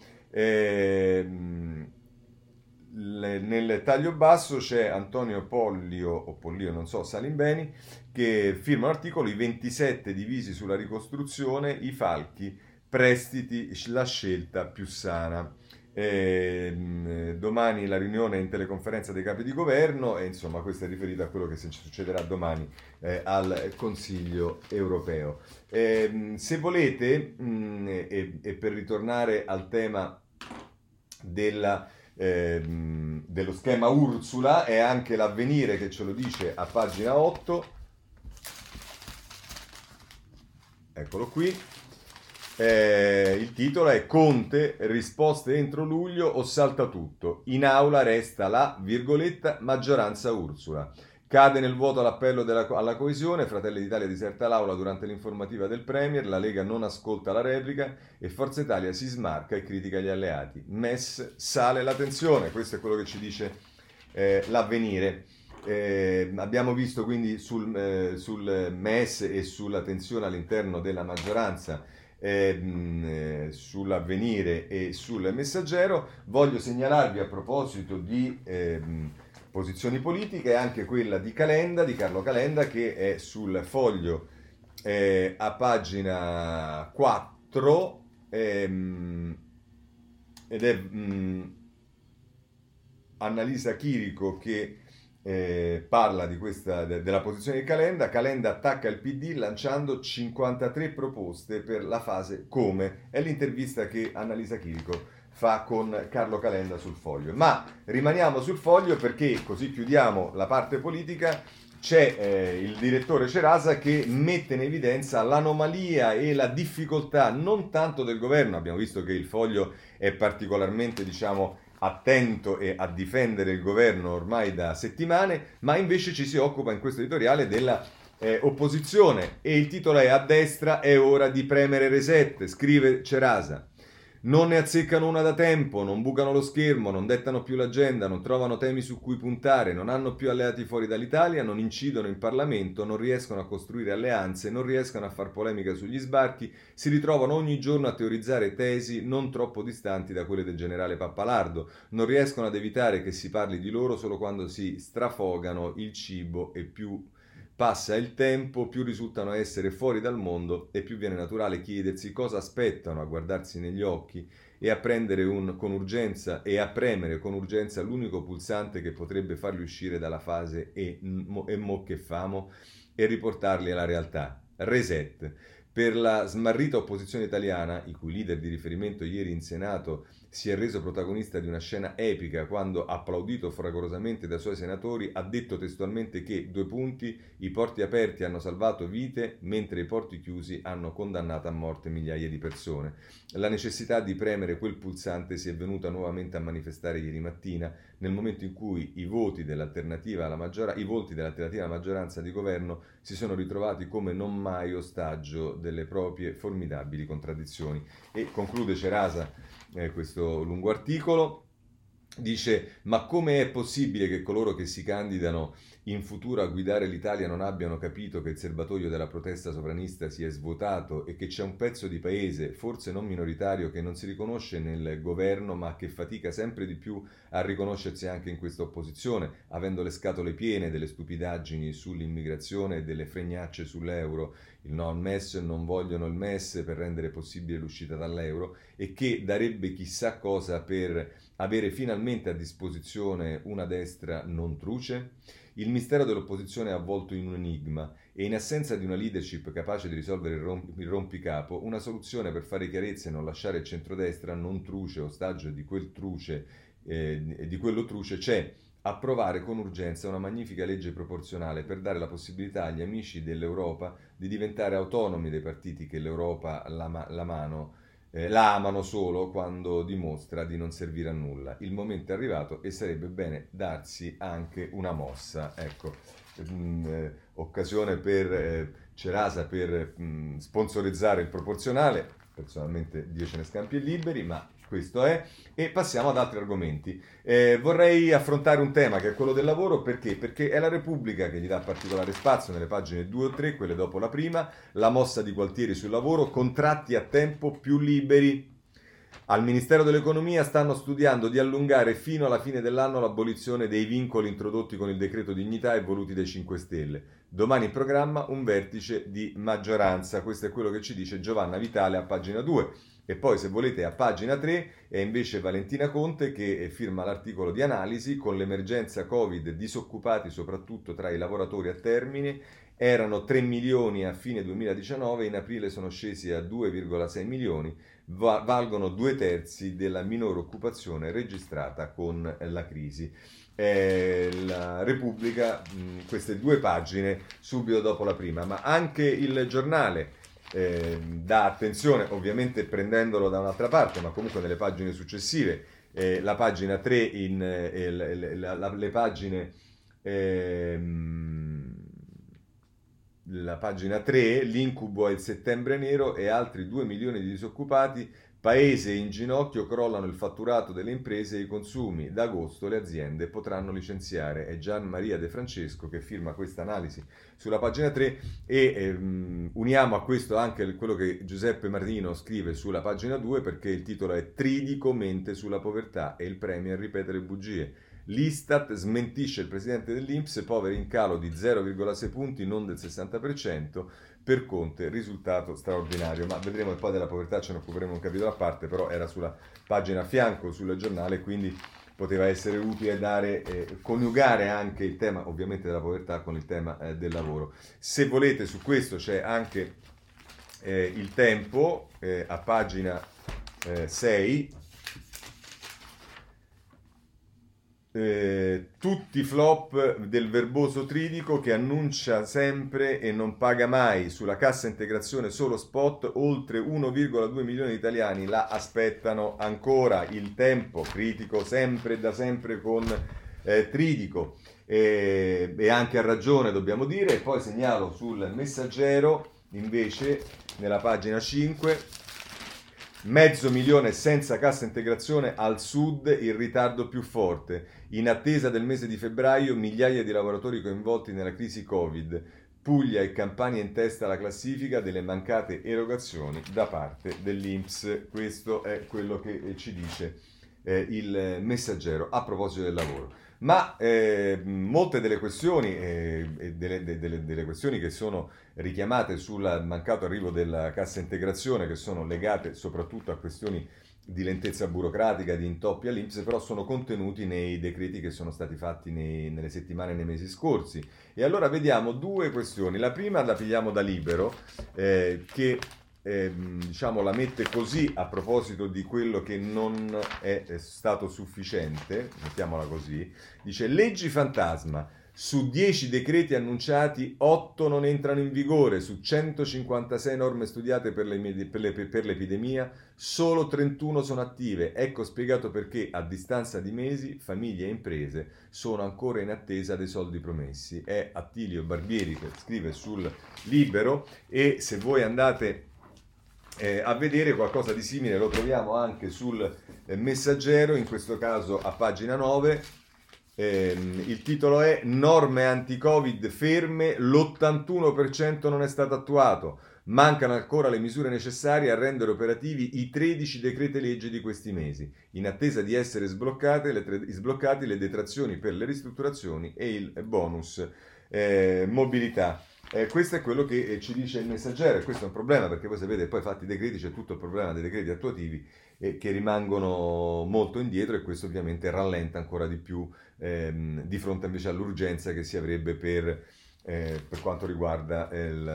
Speaker 1: Nel taglio basso c'è Antonio Pollio, o Pollio, non so, Salimbeni, che firma un articolo, i 27 divisi sulla ricostruzione, i falchi, prestiti, la scelta più sana. Domani la riunione in teleconferenza dei capi di governo e insomma questo è riferito a quello che succederà domani al Consiglio europeo. Se volete, e per ritornare al tema dello schema Ursula, è anche l'Avvenire che ce lo dice a pagina 8, eccolo qui. Il titolo è Conte, risposte entro luglio o salta tutto. In aula resta la, virgoletta, maggioranza Ursula. Cade nel vuoto l'appello alla coesione, Fratelli d'Italia diserta l'aula durante l'informativa del Premier, la Lega non ascolta la replica e Forza Italia si smarca e critica gli alleati. MES sale la tensione, questo è quello che ci dice l'Avvenire. Abbiamo visto quindi sul MES e sulla tensione all'interno della maggioranza sull'Avvenire e sul Messaggero. Voglio segnalarvi a proposito di posizioni politiche anche quella di Calenda, di Carlo Calenda, che è sul Foglio a pagina 4 ed è Annalisa Chirico che parla di della posizione di Calenda. Calenda attacca il PD lanciando 53 proposte per la fase come. È l'intervista che Annalisa Chirico fa con Carlo Calenda sul Foglio. Ma rimaniamo sul Foglio perché così chiudiamo la parte politica. C'è il direttore Cerasa che mette in evidenza l'anomalia e la difficoltà non tanto del governo. Abbiamo visto che il Foglio è particolarmente, diciamo, attento e a difendere il governo ormai da settimane, ma invece ci si occupa in questo editoriale della opposizione e il titolo è: a destra è ora di premere reset, scrive Cerasa. Non ne azzeccano una da tempo, non bucano lo schermo, non dettano più l'agenda, non trovano temi su cui puntare, non hanno più alleati fuori dall'Italia, non incidono in Parlamento, non riescono a costruire alleanze, non riescono a far polemica sugli sbarchi, si ritrovano ogni giorno a teorizzare tesi non troppo distanti da quelle del generale Pappalardo, non riescono ad evitare che si parli di loro solo quando si strafogano il cibo e più passa il tempo, più risultano essere fuori dal mondo e più viene naturale chiedersi cosa aspettano a guardarsi negli occhi e a prendere con urgenza e a premere con urgenza l'unico pulsante che potrebbe farli uscire dalla fase e mo che famo e riportarli alla realtà. Reset. Per la smarrita opposizione italiana, i cui leader di riferimento ieri in Senato si è reso protagonista di una scena epica quando, applaudito fragorosamente dai suoi senatori, ha detto testualmente che, due punti, i porti aperti hanno salvato vite, mentre i porti chiusi hanno condannato a morte migliaia di persone. La necessità di premere quel pulsante si è venuta nuovamente a manifestare ieri mattina, nel momento in cui i voti dell'alternativa alla maggioranza di governo si sono ritrovati come non mai ostaggio delle proprie formidabili contraddizioni. E conclude Cerasa questo lungo articolo, dice: ma come è possibile che coloro che si candidano in futuro a guidare l'Italia non abbiano capito che il serbatoio della protesta sovranista si è svuotato e che c'è un pezzo di paese, forse non minoritario, che non si riconosce nel governo ma che fatica sempre di più a riconoscersi anche in questa opposizione, avendo le scatole piene delle stupidaggini sull'immigrazione e delle fregnacce sull'euro, il no al MES, non vogliono il MES per rendere possibile l'uscita dall'euro, e che darebbe chissà cosa per avere finalmente a disposizione una destra non truce? Il mistero dell'opposizione è avvolto in un enigma e in assenza di una leadership capace di risolvere il rompicapo, una soluzione per fare chiarezza e non lasciare il centrodestra non truce, ostaggio di quello truce c'è: approvare con urgenza una magnifica legge proporzionale per dare la possibilità agli amici dell'Europa di diventare autonomi dai partiti che l'Europa la amano solo quando dimostra di non servire a nulla. Il momento è arrivato e sarebbe bene darsi anche una mossa. Ecco, occasione per Cerasa per sponsorizzare il proporzionale. personalmente Dio ce ne scampi e liberi, ma questo è. E passiamo ad altri argomenti. Vorrei affrontare un tema che è quello del lavoro, perché è la Repubblica che gli dà particolare spazio nelle pagine 2 o 3, quelle dopo la prima, la mossa di Gualtieri sul lavoro, contratti a tempo più liberi. Al Ministero dell'Economia stanno studiando di allungare fino alla fine dell'anno l'abolizione dei vincoli introdotti con il decreto dignità e voluti dai 5 Stelle. Domani in programma un vertice di maggioranza. Questo è quello che ci dice Giovanna Vitale a pagina 2. E poi, se volete, a pagina 3 è invece Valentina Conte che firma l'articolo di analisi. Con l'emergenza Covid, disoccupati soprattutto tra i lavoratori a termine erano 3 milioni a fine 2019, in aprile sono scesi a 2,6 milioni, valgono 2/3 della minore occupazione registrata con la crisi. La Repubblica, queste 2 pagine subito dopo la prima, ma anche il Giornale dà attenzione, ovviamente prendendolo da un'altra parte, ma comunque nelle pagine successive, la pagina 3, le pagine... la pagina 3, l'incubo è il settembre nero e altri 2 milioni di disoccupati, paese in ginocchio, crollano il fatturato delle imprese e i consumi, da agosto le aziende potranno licenziare. È Gian Maria De Francesco che firma questa analisi sulla pagina 3 e uniamo a questo anche quello che Giuseppe Martino scrive sulla pagina 2, perché il titolo è Tridico mente sulla povertà e il Premier ripete le bugie. L'Istat smentisce il presidente dell'Inps, poveri in calo di 0,6 punti, non del 60%, per Conte risultato straordinario. Ma vedremo, e poi della povertà ce ne occuperemo un capitolo a parte, però era sulla pagina a fianco sul giornale, quindi poteva essere utile coniugare anche il tema ovviamente della povertà con il tema del lavoro. Se volete, su questo c'è anche il Tempo a pagina 6. Tutti flop del verboso Tridico che annuncia sempre e non paga mai. Sulla cassa integrazione solo spot, oltre 1,2 milioni di italiani la aspettano ancora. Il Tempo critico sempre da sempre con Tridico e anche a ragione, dobbiamo dire. E poi segnalo sul Messaggero invece nella pagina 5: 500.000 senza cassa integrazione al sud, il ritardo più forte. In attesa del mese di febbraio, migliaia di lavoratori coinvolti nella crisi Covid. Puglia e Campania in testa alla classifica delle mancate erogazioni da parte dell'Inps. Questo è quello che ci dice il Messaggero a proposito del lavoro. Ma molte delle questioni, delle questioni che sono richiamate sul mancato arrivo della cassa integrazione, che sono legate soprattutto a questioni di lentezza burocratica, di intoppi all'Inps, però sono contenuti nei decreti che sono stati fatti nelle settimane e nei mesi scorsi. E allora vediamo 2 questioni. La prima la pigliamo da Libero, che diciamo la mette così a proposito di quello che non è stato sufficiente, mettiamola così. Dice: leggi fantasma. Su 10 decreti annunciati, 8 non entrano in vigore. Su 156 norme studiate per l'epidemia, solo 31 sono attive. Ecco spiegato perché, a distanza di mesi, famiglie e imprese sono ancora in attesa dei soldi promessi. È Attilio Barbieri che scrive sul Libero, e se voi andate a vedere qualcosa di simile lo troviamo anche sul Messaggero, in questo caso a pagina 9. Il titolo è Norme anti-Covid ferme, l'81% non è stato attuato, mancano ancora le misure necessarie a rendere operativi i 13 decreti legge di questi mesi, in attesa di essere sbloccati le detrazioni per le ristrutturazioni e il bonus mobilità. Questo è quello che ci dice il Messaggero, e questo è un problema, perché voi sapete, poi fatti i decreti c'è tutto il problema dei decreti attuativi che rimangono molto indietro, e questo ovviamente rallenta ancora di più di fronte invece all'urgenza che si avrebbe per quanto riguarda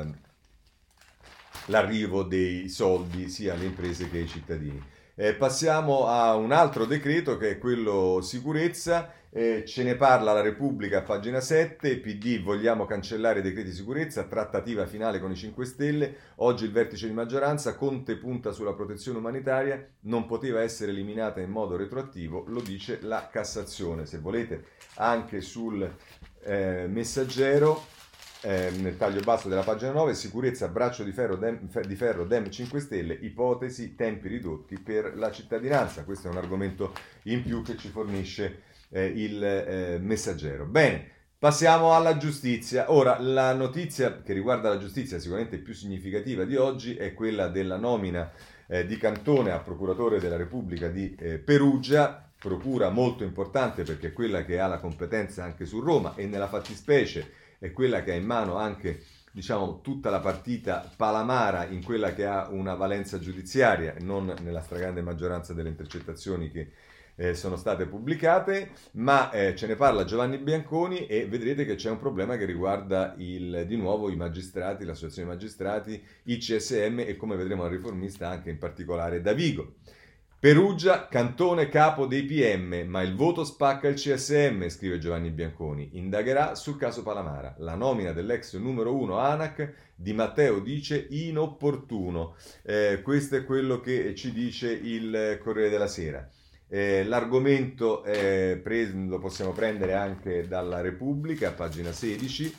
Speaker 1: l'arrivo dei soldi sia alle imprese che ai cittadini. Passiamo a un altro decreto che è quello sicurezza. Ce ne parla la Repubblica a pagina 7, PD vogliamo cancellare i decreti sicurezza, trattativa finale con i 5 Stelle, oggi il vertice di maggioranza, Conte punta sulla protezione umanitaria, non poteva essere eliminata in modo retroattivo, lo dice la Cassazione. Se volete anche sul Messaggero nel taglio basso della pagina 9, sicurezza, braccio di ferro Dem 5 Stelle, ipotesi, tempi ridotti per la cittadinanza. Questo è un argomento in più che ci fornisce il Messaggero. Bene, passiamo alla giustizia. Ora, la notizia che riguarda la giustizia sicuramente più significativa di oggi è quella della nomina di Cantone a procuratore della Repubblica di Perugia, procura molto importante perché è quella che ha la competenza anche su Roma e nella fattispecie è quella che ha in mano anche, diciamo, tutta la partita Palamara in quella che ha una valenza giudiziaria e non nella stragrande maggioranza delle intercettazioni che sono state pubblicate, ma ce ne parla Giovanni Bianconi e vedrete che c'è un problema che riguarda di nuovo i magistrati, l'associazione dei magistrati, il CSM e come vedremo al riformista anche in particolare Davigo. Perugia, Cantone capo dei PM, ma il voto spacca il CSM, scrive Giovanni Bianconi. Indagherà sul caso Palamara. La nomina dell'ex numero 1 ANAC, Di Matteo dice inopportuno. Questo è quello che ci dice il Corriere della Sera. L'argomento lo possiamo prendere anche dalla Repubblica, pagina 16.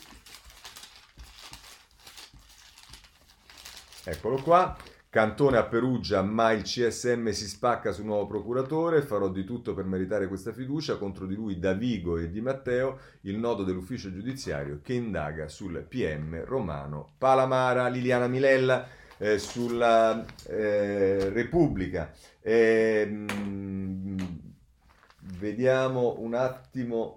Speaker 1: Eccolo qua. Cantone a Perugia, ma il CSM si spacca sul nuovo procuratore, farò di tutto per meritare questa fiducia, contro di lui Davigo e Di Matteo, il nodo dell'ufficio giudiziario che indaga sul PM romano Palamara. Liliana Milella sulla Repubblica. Vediamo un attimo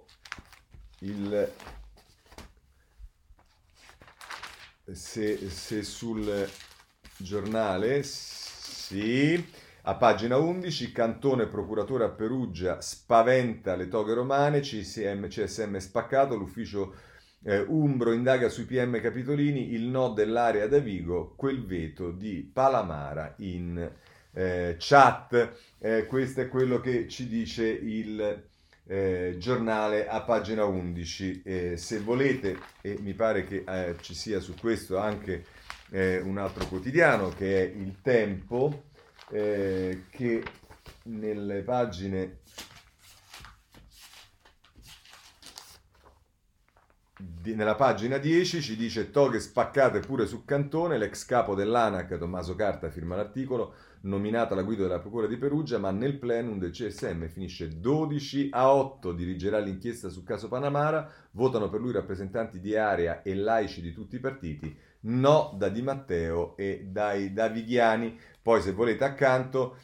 Speaker 1: se sul giornale, sì, a pagina 11, Cantone procuratore a Perugia spaventa le toghe romane, CSM spaccato, l'ufficio Umbro indaga sui PM capitolini, il no dell'area da Vigo, quel veto di Palamara in chat. Questo è quello che ci dice il giornale a pagina 11. Se volete, e mi pare che ci sia su questo anche un altro quotidiano che è Il Tempo, che nelle pagine nella pagina 10 ci dice toghe spaccate pure su Cantone, l'ex capo dell'ANAC Tommaso Carta firma l'articolo, nominato alla guida della procura di Perugia, ma nel plenum del CSM finisce 12-8, dirigerà l'inchiesta sul caso Palamara, votano per lui rappresentanti di area e laici di tutti i partiti, no da Di Matteo e dai Davighiani. Poi se volete accanto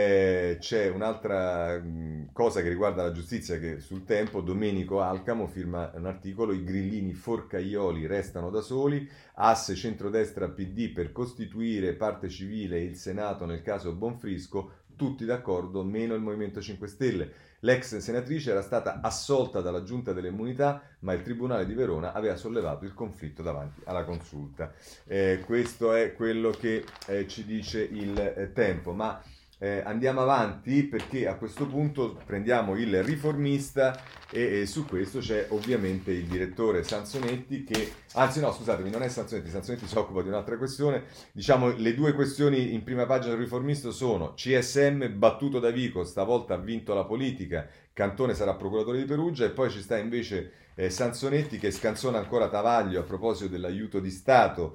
Speaker 1: c'è un'altra cosa che riguarda la giustizia che sul Tempo, Domenico Alcamo firma un articolo, i grillini forcaioli restano da soli, asse centrodestra PD per costituire parte civile e il Senato nel caso Bonfrisco, tutti d'accordo, meno il Movimento 5 Stelle. L'ex senatrice era stata assolta dalla Giunta delle Immunità, ma il Tribunale di Verona aveva sollevato il conflitto davanti alla Consulta. Questo è quello che ci dice il Tempo, ma andiamo avanti perché a questo punto prendiamo il riformista e su questo c'è ovviamente il direttore Sansonetti che, anzi no scusatemi, non è Sansonetti, Sansonetti si occupa di un'altra questione, diciamo le due questioni in prima pagina del riformista sono CSM battuto da Vico, stavolta ha vinto la politica, Cantone sarà procuratore di Perugia e poi ci sta invece Sansonetti che scanzona ancora Travaglio a proposito dell'aiuto di Stato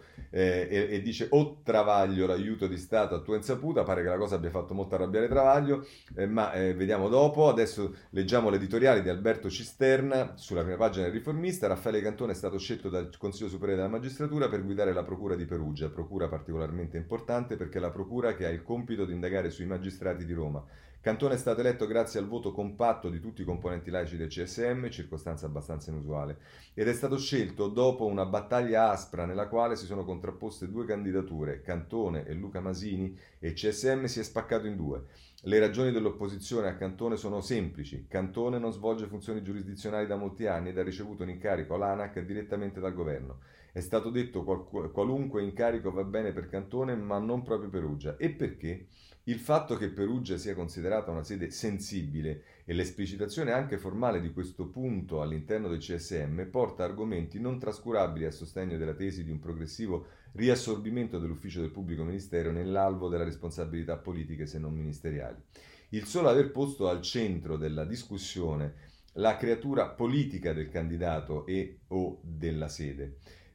Speaker 1: e dice o Travaglio l'aiuto di Stato a tua insaputa, pare che la cosa abbia fatto molto arrabbiare Travaglio, ma vediamo dopo. Adesso leggiamo l'editoriale di Alberto Cisterna sulla prima pagina del riformista. Raffaele Cantone è stato scelto dal Consiglio Superiore della Magistratura per guidare la procura di Perugia, procura particolarmente importante perché è la procura che ha il compito di indagare sui magistrati di Roma. Cantone è stato eletto grazie al voto compatto di tutti i componenti laici del CSM, circostanza abbastanza inusuale, ed è stato scelto dopo una battaglia aspra nella quale si sono contrapposte due candidature, Cantone e Luca Masini, e il CSM si è spaccato in due. Le ragioni dell'opposizione a Cantone sono semplici. Cantone non svolge funzioni giurisdizionali da molti anni ed ha ricevuto un incarico all'ANAC direttamente dal governo. È stato detto qualunque incarico va bene per Cantone, ma non proprio Perugia. E perché? Il fatto che Perugia sia considerata una sede sensibile e l'esplicitazione anche formale di questo punto all'interno del CSM porta argomenti non trascurabili a sostegno della tesi di un progressivo riassorbimento dell'ufficio del pubblico ministero nell'alveo della responsabilità politiche se non ministeriali. Il solo aver posto al centro della discussione la creatura politica del candidato e o della sede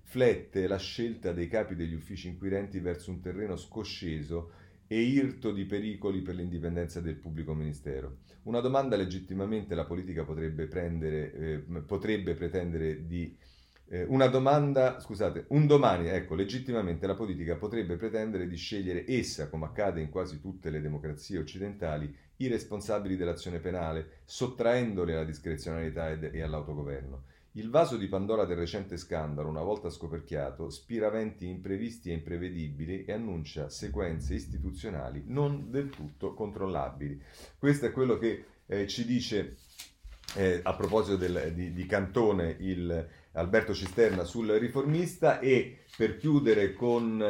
Speaker 1: flette la scelta dei capi degli uffici inquirenti verso un terreno scosceso e irto di pericoli per l'indipendenza del pubblico ministero. Una domanda legittimamente la politica potrebbe pretendere di una domanda, scusate, un domani, ecco, legittimamente la politica potrebbe pretendere di scegliere essa, come accade in quasi tutte le democrazie occidentali, i responsabili dell'azione penale, sottraendoli alla discrezionalità e all'autogoverno. Il vaso di Pandora del recente scandalo, una volta scoperchiato, spira venti imprevisti e imprevedibili e annuncia sequenze istituzionali non del tutto controllabili. Questo è quello che ci dice a proposito di Cantone Alberto Cisterna sul Riformista. E per chiudere con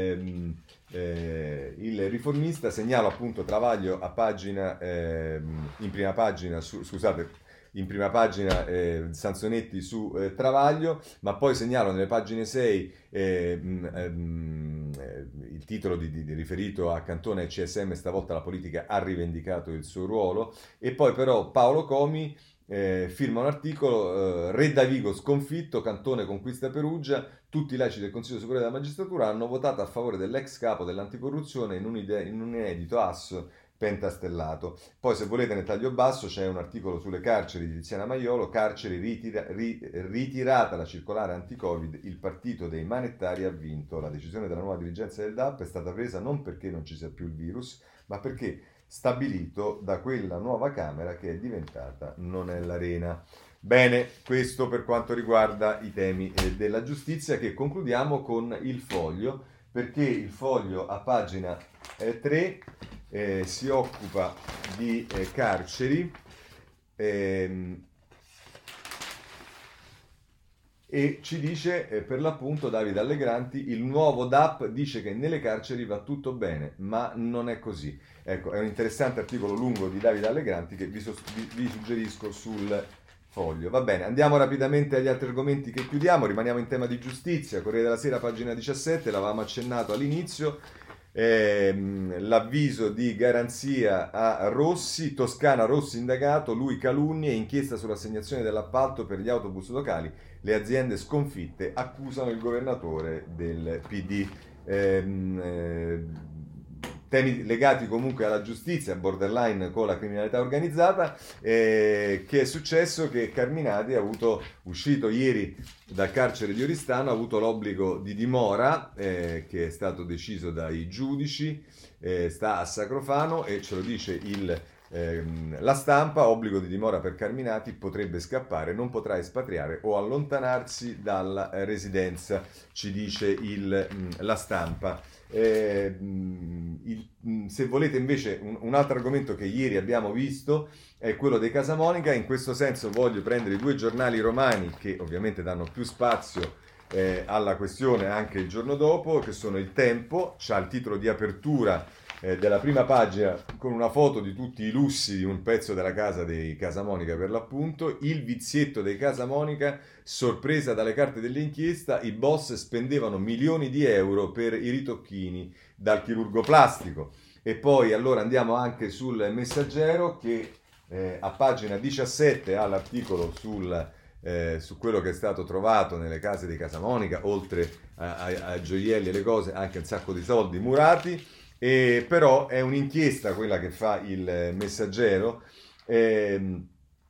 Speaker 1: il Riformista segnalo appunto Travaglio a pagina in prima pagina scusate, in prima pagina Sansonetti su Travaglio, ma poi segnalo nelle pagine 6 il titolo riferito a Cantone e CSM, stavolta la politica ha rivendicato il suo ruolo, e poi però Paolo Comi firma un articolo, Re Davigo sconfitto, Cantone conquista Perugia, tutti i laici del Consiglio Superiore della Magistratura hanno votato a favore dell'ex capo dell'anticorruzione in un inedito asso pentastellato. Poi se volete nel taglio basso c'è un articolo sulle carceri di Tiziana Maiolo, carceri ritirata la circolare anti-Covid, il partito dei manettari ha vinto, la decisione della nuova dirigenza del DAP è stata presa non perché non ci sia più il virus, ma perché stabilito da quella nuova Camera che è diventata non è l'Arena. Bene, questo per quanto riguarda i temi della giustizia, che concludiamo con il Foglio, perché il Foglio a pagina 3 si occupa di carceri e ci dice per l'appunto Davide Allegranti, il nuovo DAP dice che nelle carceri va tutto bene, ma non è così. Ecco, è un interessante articolo lungo di Davide Allegranti che vi suggerisco sul Foglio. Va bene, andiamo rapidamente agli altri argomenti che chiudiamo, rimaniamo in tema di giustizia. Corriere della Sera, pagina 17, l'avevamo accennato all'inizio. L'avviso di garanzia a Rossi, Toscana Rossi indagato, lui calunnie, inchiesta sull'assegnazione dell'appalto per gli autobus locali, le aziende sconfitte accusano il governatore del PD. Temi legati comunque alla giustizia, borderline con la criminalità organizzata. Che è successo? Che Carminati uscito ieri dal carcere di Oristano, ha avuto l'obbligo di dimora che è stato deciso dai giudici, sta a Sacrofano e ce lo dice la Stampa, obbligo di dimora per Carminati, potrebbe scappare, non potrà espatriare o allontanarsi dalla residenza, ci dice la Stampa. Se volete invece un altro argomento che ieri abbiamo visto è quello dei Casamonica. In questo senso voglio prendere i due giornali romani che ovviamente danno più spazio alla questione anche il giorno dopo, che sono Il Tempo, c'ha il titolo di apertura della prima pagina con una foto di tutti i lussi di un pezzo della casa dei Casamonica, per l'appunto, il vizietto dei Casamonica, sorpresa dalle carte dell'inchiesta, i boss spendevano milioni di euro per i ritocchini dal chirurgo plastico. E poi allora andiamo anche sul Messaggero che a pagina 17 ha l'articolo su quello che è stato trovato nelle case dei Casamonica, oltre ai gioielli e le cose, anche un sacco di soldi murati. Però è un'inchiesta quella che fa il Messaggero e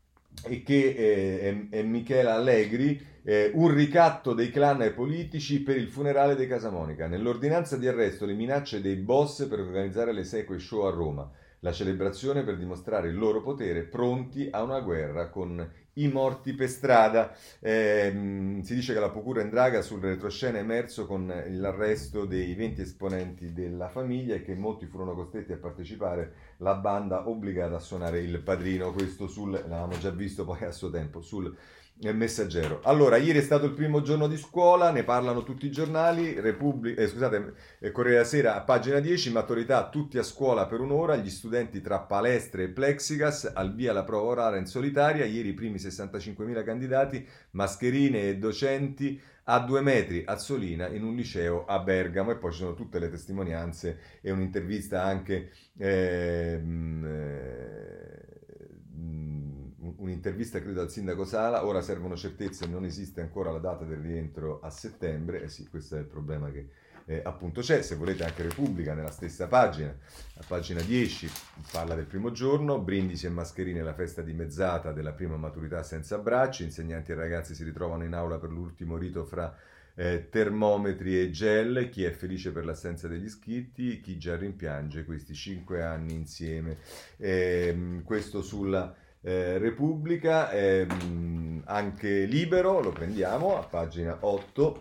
Speaker 1: che è Michela Allegri, un ricatto dei clan ai politici per il funerale dei Casamonica. Nell'ordinanza di arresto le minacce dei boss per organizzare le esequie show a Roma, la celebrazione per dimostrare il loro potere, pronti a una guerra con i morti per strada. Si dice che la procura indaga sul retroscena emerso con l'arresto dei 20 esponenti della famiglia e che molti furono costretti a partecipare, la banda obbligata a suonare il padrino. Questo l'avevamo già visto poi a suo tempo sul Messaggero. Allora, ieri è stato il primo giorno di scuola, ne parlano tutti i giornali. Corriere della Sera a pagina 10, maturità tutti a scuola per un'ora, gli studenti tra palestre e plexigas, al via la prova orale in solitaria, ieri i primi 65.000 candidati, mascherine e docenti a 2 metri a Solina in un liceo a Bergamo. E poi ci sono tutte le testimonianze e un'intervista anche un'intervista credo al sindaco Sala, ora servono certezze, non esiste ancora la data del rientro a settembre, sì, questo è il problema che appunto c'è. Se volete anche Repubblica nella stessa pagina, a pagina 10 parla del primo giorno, brindisi e mascherine alla festa dimezzata della prima maturità senza bracci, insegnanti e ragazzi si ritrovano in aula per l'ultimo rito fra termometri e gel, chi è felice per l'assenza degli iscritti, chi già rimpiange questi 5 anni insieme. Questo sulla Repubblica, anche Libero, lo prendiamo a pagina 8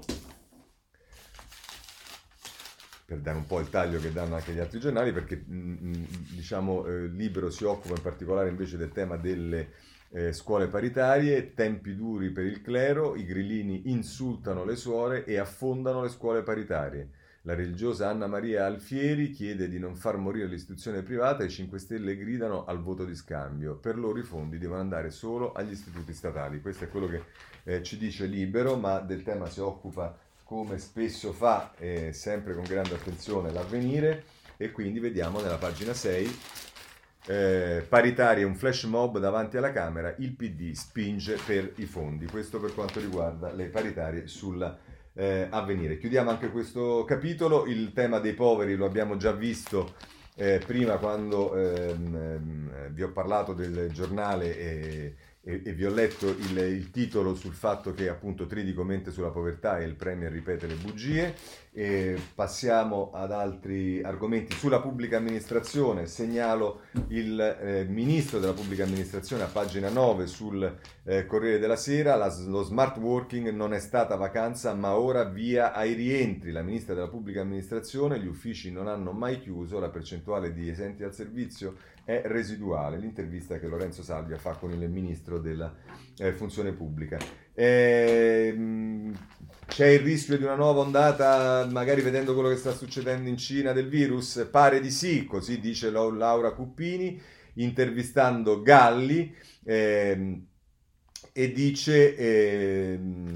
Speaker 1: per dare un po' il taglio che danno anche gli altri giornali, perché diciamo Libero si occupa in particolare invece del tema delle scuole paritarie, tempi duri per il clero, i grillini insultano le suore e affondano le scuole paritarie. La religiosa Anna Maria Alfieri chiede di non far morire l'istituzione privata e i 5 Stelle gridano al voto di scambio. Per loro i fondi devono andare solo agli istituti statali. Questo è quello che ci dice Libero, ma del tema si occupa, come spesso fa, sempre con grande attenzione, l'Avvenire, e quindi vediamo nella pagina 6, paritarie, un flash mob davanti alla Camera, il PD spinge per i fondi. Questo per quanto riguarda le paritarie sulla Avvenire. Chiudiamo anche questo capitolo. Il tema dei poveri lo abbiamo già visto prima, quando vi ho parlato del giornale e vi ho letto il titolo sul fatto che appunto Tridico mente sulla povertà e il Premier ripete le bugie. Passiamo ad altri argomenti. Sulla pubblica amministrazione segnalo il ministro della pubblica amministrazione a pagina 9 sul Corriere della Sera. Lo smart working non è stata vacanza, ma ora via ai rientri. La ministra della pubblica amministrazione: gli uffici non hanno mai chiuso, la percentuale di esenti dal servizio è residuale. L'intervista che Lorenzo Salvia fa con il ministro della funzione pubblica. C'è il rischio di una nuova ondata, magari vedendo quello che sta succedendo in Cina, del virus? Pare di sì, così dice Laura Cuppini intervistando Galli, e dice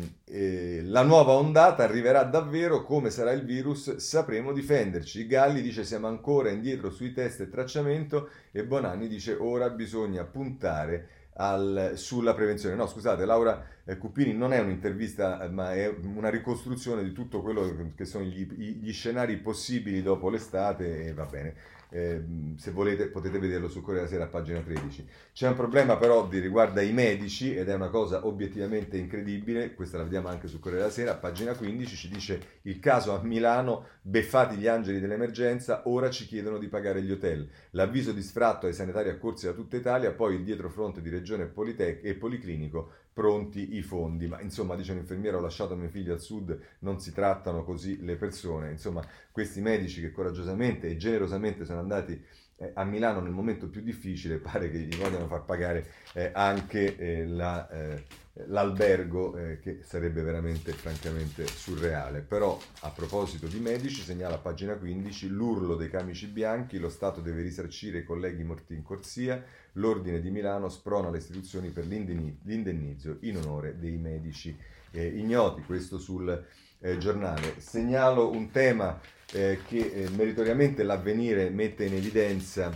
Speaker 1: la nuova ondata arriverà davvero, come sarà il virus sapremo difenderci. Galli dice siamo ancora indietro sui test e tracciamento, e Bonanni dice ora bisogna puntare sulla prevenzione. No, scusate, Laura Cuppini non è un'intervista, ma è una ricostruzione di tutto quello che sono gli scenari possibili dopo l'estate, e va bene. Se volete potete vederlo sul Corriere della Sera a pagina 13. C'è un problema però che riguarda i medici, ed è una cosa obiettivamente incredibile. Questa la vediamo anche sul Corriere della Sera a pagina 15. Ci dice il caso a Milano: beffati gli angeli dell'emergenza, ora ci chiedono di pagare gli hotel. L'avviso di sfratto ai sanitari accorsi da tutta Italia, poi il dietrofront di Regione e Policlinico, pronti i fondi. Ma insomma, dice un infermiere: ho lasciato mio figlio al sud, non si trattano così le persone. Insomma, questi medici che coraggiosamente e generosamente sono andati a Milano nel momento più difficile, pare che gli vogliano far pagare anche l'albergo, che sarebbe veramente francamente surreale. Però a proposito di medici, segnala a pagina 15 l'urlo dei camici bianchi: lo Stato deve risarcire i colleghi morti in corsia, l'ordine di Milano sprona le istituzioni per l'indennizzo in onore dei medici ignoti. Questo sul giornale. Segnalo un tema che meritoriamente l'Avvenire mette in evidenza,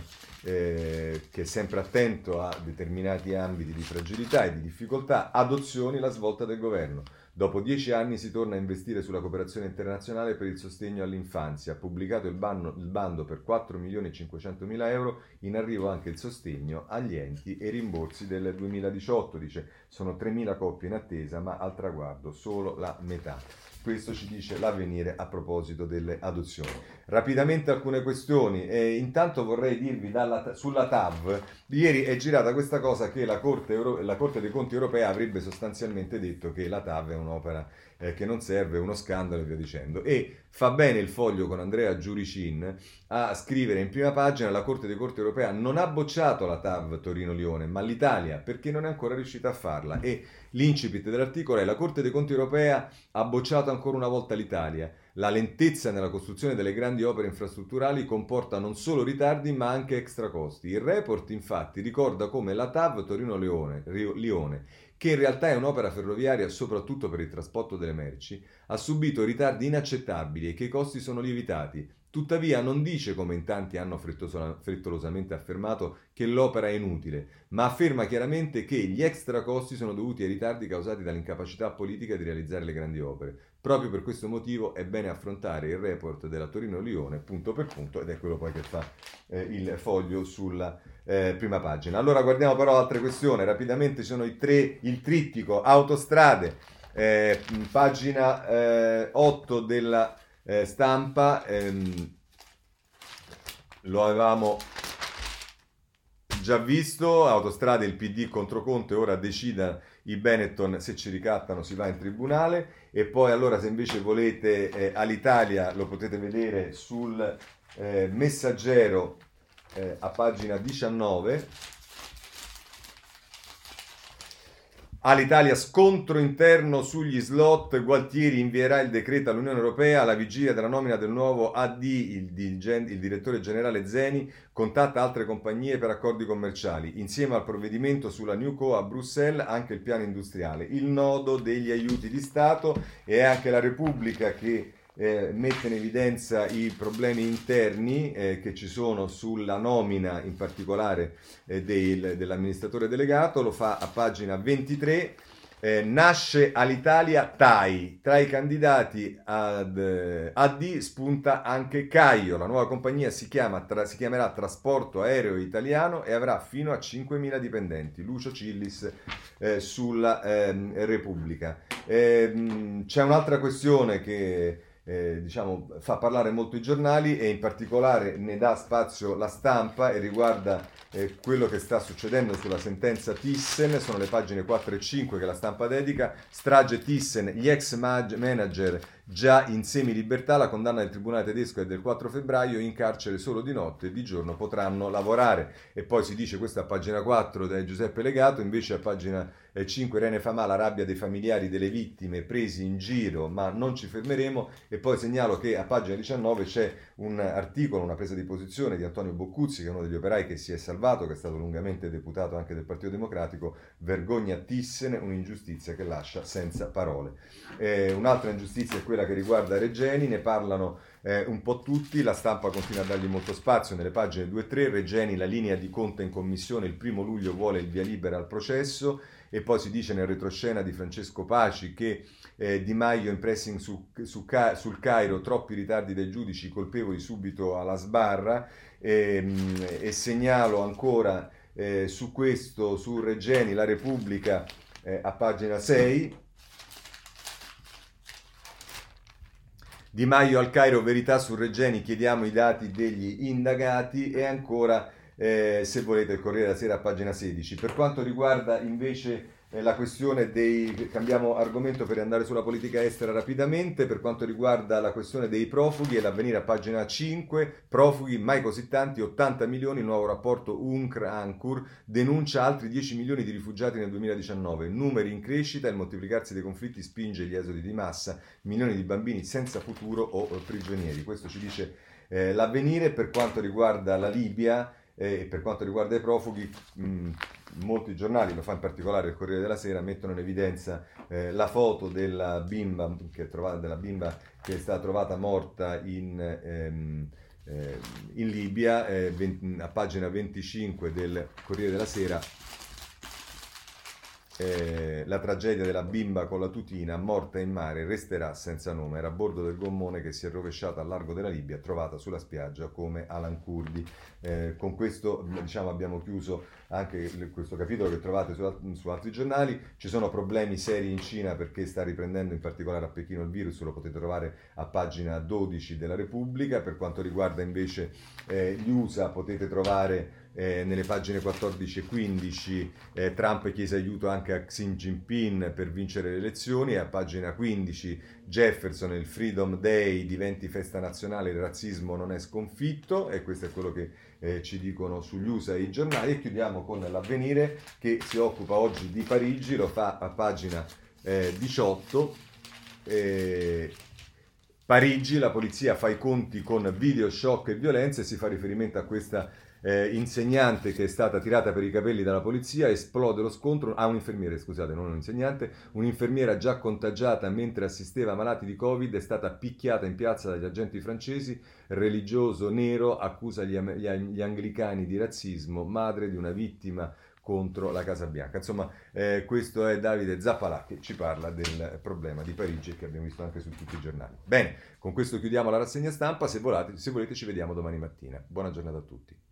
Speaker 1: che è sempre attento a determinati ambiti di fragilità e di difficoltà. Adozioni, la svolta del governo. Dopo 10 anni si torna a investire sulla cooperazione internazionale per il sostegno all'infanzia. Ha pubblicato il bando per 4.500.000 euro, in arrivo anche il sostegno agli enti e rimborsi del 2018. Dice sono 3.000 coppie in attesa, ma al traguardo solo la metà. Questo ci dice l'Avvenire a proposito delle adozioni. Rapidamente alcune questioni. Intanto vorrei dirvi sulla TAV, ieri è girata questa cosa che la Corte dei Conti europea avrebbe sostanzialmente detto che la TAV è un'opera che non serve, uno scandalo e via dicendo. E fa bene il Foglio con Andrea Giuricin a scrivere in prima pagina: la Corte dei Conti europea non ha bocciato la TAV Torino-Lione, ma l'Italia, perché non è ancora riuscita a farla. E l'incipit dell'articolo è: la Corte dei Conti europea ha bocciato ancora una volta l'Italia. La lentezza nella costruzione delle grandi opere infrastrutturali comporta non solo ritardi ma anche extra costi. Il report infatti ricorda come la TAV Torino-Lione, che in realtà è un'opera ferroviaria soprattutto per il trasporto delle merci, ha subito ritardi inaccettabili e che i costi sono lievitati. Tuttavia non dice, come in tanti hanno frettolosamente affermato, che l'opera è inutile, ma afferma chiaramente che gli extra costi sono dovuti ai ritardi causati dall'incapacità politica di realizzare le grandi opere. Proprio per questo motivo è bene affrontare il report della Torino-Lione punto per punto, ed è quello poi che fa il foglio sulla prima pagina. Allora guardiamo però altre questioni, rapidamente ci sono il trittico autostrade, pagina 8 della Stampa, lo avevamo già visto, autostrade, il PD contro Conte, ora decida i Benetton, se ci ricattano si va in tribunale. E poi allora, se invece volete Alitalia, lo potete vedere sul Messaggero a pagina 19. All'Italia, scontro interno sugli slot, Gualtieri invierà il decreto all'Unione Europea alla vigilia della nomina del nuovo AD, il direttore generale Zeni contatta altre compagnie per accordi commerciali, insieme al provvedimento sulla Newco a Bruxelles anche il piano industriale, il nodo degli aiuti di Stato, e anche la Repubblica che mette in evidenza i problemi interni che ci sono sulla nomina in particolare dell'amministratore delegato, lo fa a pagina 23. Nasce all'Italia TAI, tra i candidati ad AD spunta anche Caio, la nuova compagnia si chiamerà Trasporto Aereo Italiano e avrà fino a 5.000 dipendenti. Lucio Cillis sulla Repubblica. C'è un'altra questione che fa parlare molto i giornali, e in particolare ne dà spazio la Stampa, e riguarda quello che sta succedendo sulla sentenza Thyssen. Sono le pagine 4 e 5 che la Stampa dedica. Strage Thyssen, gli ex manager già in semilibertà, la condanna del tribunale tedesco è del 4 febbraio, in carcere solo di notte e di giorno potranno lavorare. E poi si dice, questo a pagina 4 da Giuseppe Legato, invece a pagina 5 Irene Famà, la rabbia dei familiari delle vittime presi in giro, ma non ci fermeremo. E poi segnalo che a pagina 19 c'è un articolo, una presa di posizione di Antonio Boccuzzi, che è uno degli operai che si è salvato, che è stato lungamente deputato anche del Partito Democratico. Vergogna Thyssen, un'ingiustizia che lascia senza parole. Un'altra ingiustizia è quella che riguarda Regeni, ne parlano un po' tutti, la Stampa continua a dargli molto spazio nelle pagine 2 e 3. Regeni, la linea di Conte in commissione, il 1 luglio vuole il via libera al processo. E poi si dice nel retroscena di Francesco Paci che Di Maio in pressing sul Cairo, troppi ritardi dei giudici, colpevoli subito alla sbarra. E segnalo ancora su questo, su Regeni, la Repubblica a pagina 6. Di Maio al Cairo, verità su Regeni, chiediamo i dati degli indagati. E ancora, se volete, il Corriere della Sera a pagina 16. Per quanto riguarda invece la questione cambiamo argomento per andare sulla politica estera rapidamente. Per quanto riguarda la questione dei profughi, e l'Avvenire a pagina 5, profughi mai così tanti, 80 milioni, il nuovo rapporto UNCR-ANCUR denuncia altri 10 milioni di rifugiati nel 2019, numeri in crescita, il moltiplicarsi dei conflitti spinge gli esodi di massa, milioni di bambini senza futuro o prigionieri. Questo ci dice l'Avvenire. Per quanto riguarda la Libia e per quanto riguarda i profughi, molti giornali, lo fa in particolare il Corriere della Sera, mettono in evidenza la foto della bimba che è stata trovata morta in Libia, a pagina 25 del Corriere della Sera. La tragedia della bimba con la tutina morta in mare resterà senza nome, era a bordo del gommone che si è rovesciato al largo della Libia, trovata sulla spiaggia come Alan Kurdi. Con questo abbiamo chiuso anche questo capitolo che trovate su altri giornali. Ci sono problemi seri in Cina perché sta riprendendo in particolare a Pechino il virus, lo potete trovare a pagina 12 della Repubblica. Per quanto riguarda invece gli USA, potete trovare nelle pagine 14 e 15 Trump chiese aiuto anche a Xi Jinping per vincere le elezioni, e a pagina 15 Jefferson, il Freedom Day diventi festa nazionale, il razzismo non è sconfitto. E questo è quello che ci dicono sugli USA i giornali. E chiudiamo con l'Avvenire che si occupa oggi di Parigi, lo fa a pagina 18. Parigi, la polizia fa i conti con video shock e violenze, si fa riferimento a questa insegnante che è stata tirata per i capelli dalla polizia, esplode lo scontro, un infermiere, scusate, non un insegnante, un'infermiera già contagiata mentre assisteva malati di Covid è stata picchiata in piazza dagli agenti francesi, religioso nero accusa gli anglicani di razzismo, madre di una vittima contro la Casa Bianca. Insomma, questo è Davide Zappalà che ci parla del problema di Parigi che abbiamo visto anche su tutti i giornali. Bene, con questo chiudiamo la rassegna stampa, se volete ci vediamo domani mattina. Buona giornata a tutti.